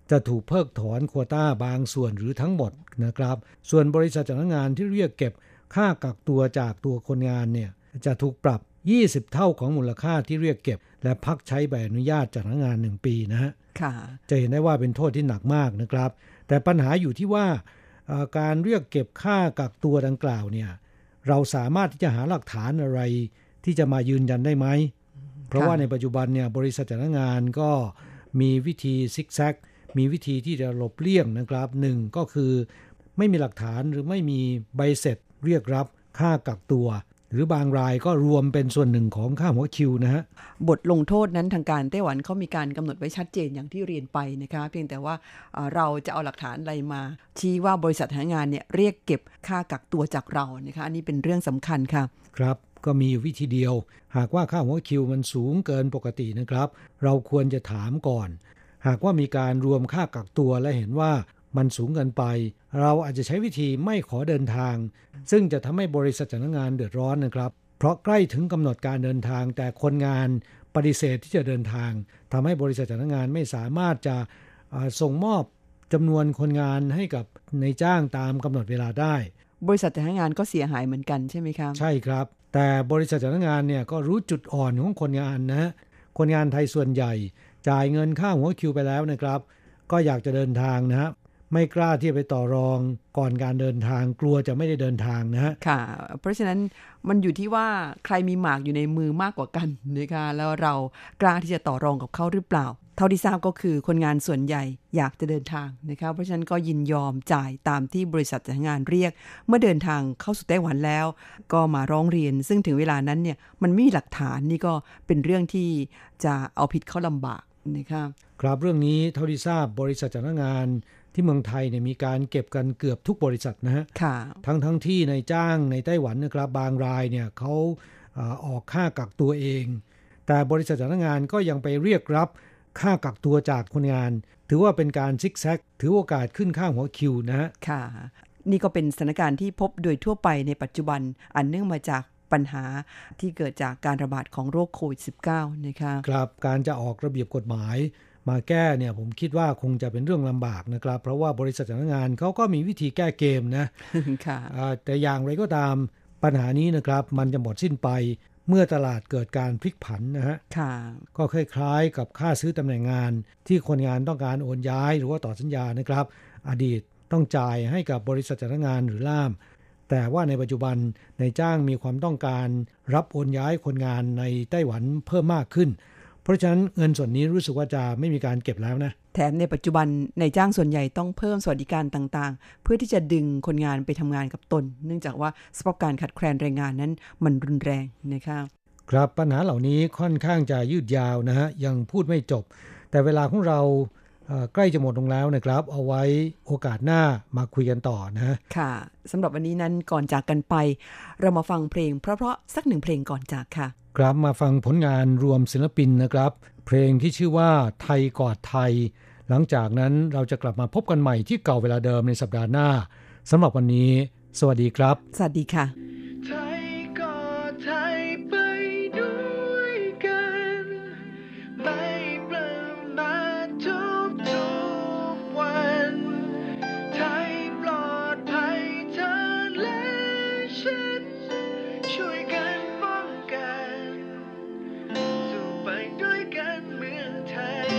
จะถูกเพิกถอนโควต้าบางส่วนหรือทั้งหมดนะครับส่วนบริษัทจ้างงานที่เรียกเก็บค่ากักตัวจากตัวคนงานเนี่ยจะถูกปรับยี่สิบเท่าของมูลค่าที่เรียกเก็บและพักใช้ใบอนุญาตจ้างงานหนึ่งปีนะฮะจะเห็นได้ว่าเป็นโทษที่หนักมากนะครับแต่ปัญหาอยู่ที่ว่าการเรียกเก็บค่ากักตัวดังกล่าวเนี่ยเราสามารถที่จะหาหลักฐานอะไรที่จะมายืนยันได้ไหมเพราะว่าในปัจจุบันเนี่ยบริษัทจ้างงานก็มีวิธีซิกแซกมีวิธีที่จะหลบเลี่ยงนะครับหนึ่งก็คือไม่มีหลักฐานหรือไม่มีใบเสร็จเรียกรับค่ากักตัวหรือบางรายก็รวมเป็นส่วนหนึ่งของค่าหัวคิวนะฮะบทลงโทษนั้นทางการไต้หวันเขามีการกำหนดไว้ชัดเจนอย่างที่เรียนไปนะคะเพียงแต่ว่าเราจะเอาหลักฐานอะไรมาชี้ว่าบริษัทจ้างงานเนี่ยเรียกเก็บค่ากักตัวจากเรานะคะอันนี้เป็นเรื่องสำคัญค่ะครับก็มีวิธีเดียวหากว่าค่าหัวคิวมันสูงเกินปกตินะครับเราควรจะถามก่อนหากว่ามีการรวมค่ากักตัวและเห็นว่ามันสูงเกินไปเราอาจจะใช้วิธีไม่ขอเดินทางซึ่งจะทำให้บริษัทจ้างงานเดือดร้อนนะครับเพราะใกล้ถึงกำหนดการเดินทางแต่คนงานปฏิเสธที่จะเดินทางทำให้บริษัทจ้างงานไม่สามารถจะส่งมอบจำนวนคนงานให้กับนายจ้างตามกำหนดเวลาได้บริษัทจ้างงานก็เสียหายเหมือนกันใช่ไหมครับใช่ครับแต่บริษัทจ้างงานเนี่ยก็รู้จุดอ่อนของคนงานนะคนงานไทยส่วนใหญ่จ่ายเงินค่าหัวคิวไปแล้วนะครับก็อยากจะเดินทางนะฮะไม่กล้าที่จะไปต่อรองก่อนการเดินทางกลัวจะไม่ได้เดินทางนะฮะค่ะเพราะฉะนั้นมันอยู่ที่ว่าใครมีหมากอยู่ในมือมากกว่ากันนะคะแล้วเรากล้าที่จะต่อรองกับเขาหรือเปล่าเท่าที่ทราบก็คือคนงานส่วนใหญ่อยากจะเดินทางนะคะเพราะฉะนั้นก็ยินยอมจ่ายตามที่บริษัทจ้างงานเรียกเมื่อเดินทางเข้าสู่ไต้หวันแล้วก็มาร้องเรียนซึ่งถึงเวลานั้นเนี่ยมันไม่มีหลักฐานนี่ก็เป็นเรื่องที่จะเอาผิดเขาลำบากนะคะครับเรื่องนี้เท่าที่ทราบบริษัทจ้างงานที่เมืองไทยเนี่ยมีการเก็บกันเกือบทุกบริษัทนะฮะทั้งทั้งที่ในจ้างในไต้หวันนะครับบางรายเนี่ยเขาออกค่ากักตัวเองแต่บริษัทจ้างงานก็ยังไปเรียกรับค่ากักตัวจากคนงานถือว่าเป็นการซิกแซกถือโอกาสขึ้นค่าหัวคิวนะฮะค่ะนี่ก็เป็นสถานการณ์ที่พบโดยทั่วไปในปัจจุบันอันเนื่องมาจากปัญหาที่เกิดจากการระบาดของโรคโควิด สิบเก้า นะคะครับการจะออกระเบียบกฎหมายมาแก้เนี่ยผมคิดว่าคงจะเป็นเรื่องลำบากนะครับเพราะว่าบริษัทจ้างงานเขาก็มีวิธีแก้เกมนะค่ะแต่อย่างไรก็ตามปัญหานี้นะครับมันจะหมดสิ้นไปเมื่อตลาดเกิดการพลิกผันนะฮะก็คล้ายๆกับค่าซื้อตำแหน่งงานที่คนงานต้องการโอนย้ายหรือว่าต่อสัญญานะครับอดีตต้องจ่ายให้กับบริษัทจ้างงานหรือล่ามแต่ว่าในปัจจุบันนายจ้างมีความต้องการรับโอนย้ายคนงานในไต้หวันเพิ่มมากขึ้นเพราะฉะนั้นเงินส่วนนี้รู้สึกว่าจะไม่มีการเก็บแล้วนะแถมในปัจจุบันนายจ้างส่วนใหญ่ต้องเพิ่มสวัสดิการต่างๆเพื่อที่จะดึงคนงานไปทำงานกับตนเนื่องจากว่าสภาพการขาดแคลนแรงงานนั้นมันรุนแรงนะคะครับปัญหาเหล่านี้ค่อนข้างจะยืดยาวนะฮะยังพูดไม่จบแต่เวลาของเราใกล้จะหมดลงแล้วนะครับเอาไว้โอกาสหน้ามาคุยกันต่อนะค่ะสำหรับวันนี้นั้นก่อนจากกันไปเรามาฟังเพลงเพราะๆสักหนึ่งเพลงก่อนจากค่ะครับมาฟังผลงานรวมศิลปินนะครับเพลงที่ชื่อว่าไทยกอดไทยหลังจากนั้นเราจะกลับมาพบกันใหม่ที่เก่าเวลาเดิมในสัปดาห์หน้าสำหรับวันนี้สวัสดีครับสวัสดีค่ะไทยกอดไทยไปด้วยกันไม่ประมาททุกทุกวันไทยปลอดภัยเธอและฉันช่วยกันป้องกันสู่ไปด้วยกันเมืองไทย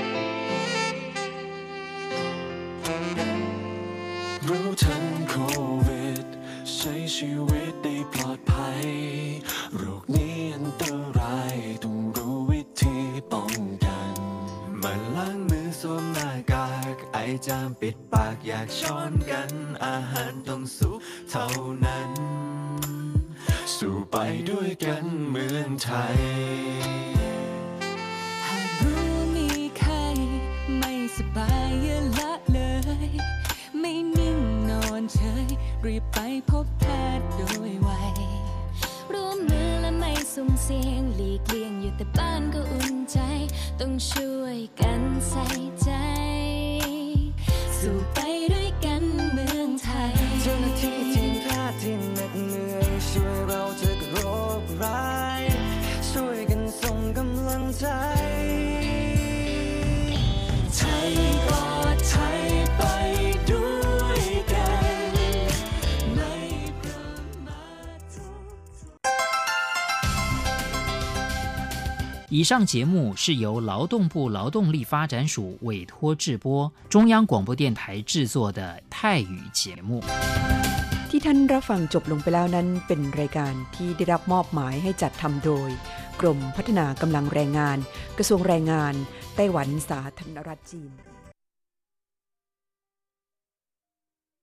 รู้ทันโควิดใช้ชีวิตได้ปลอดภัยโรคนี้อันตรายต้องรู้วิธีป้องกันมาล้างมือสวมหน้ากากไอจามปิดปากอยากช้อนกันอาหารต้องสุกเท่านั้นสู่ไปด้วยกันเมืองไทยหากรู้มีใครไม่สบายอย่าละเลยไม่นิ่งนอนเฉยรีบไปพบแพทย์โดยไวร่วมมือและไม่สุ่มเสี่ยงหลีกเลี่ยงอยู่แต่บ้านก็อุ่นใจต้องช่วยกันใส่ใจสู่ไปด้วยกันเมืองไทยเจ้าหน้าที่ทีมแพทย์ที่เหน็ดเหนื่อยช่วยเราเจอกับโรคร้ายช่วยกันส่งกำลังใจไทยก่อน以上节目是由劳动部劳动力发展署委托制播，中央广播电台制作的泰语节目。 ที่ท่านรับฟังจบลงไปแล้วนั้นเป็นรายการที่ได้รับมอบหมายให้จัดทำโดยกรมพัฒนากำลังแรงงานกระทรวงแรงงานไต้หวันสาธารณรัฐจีน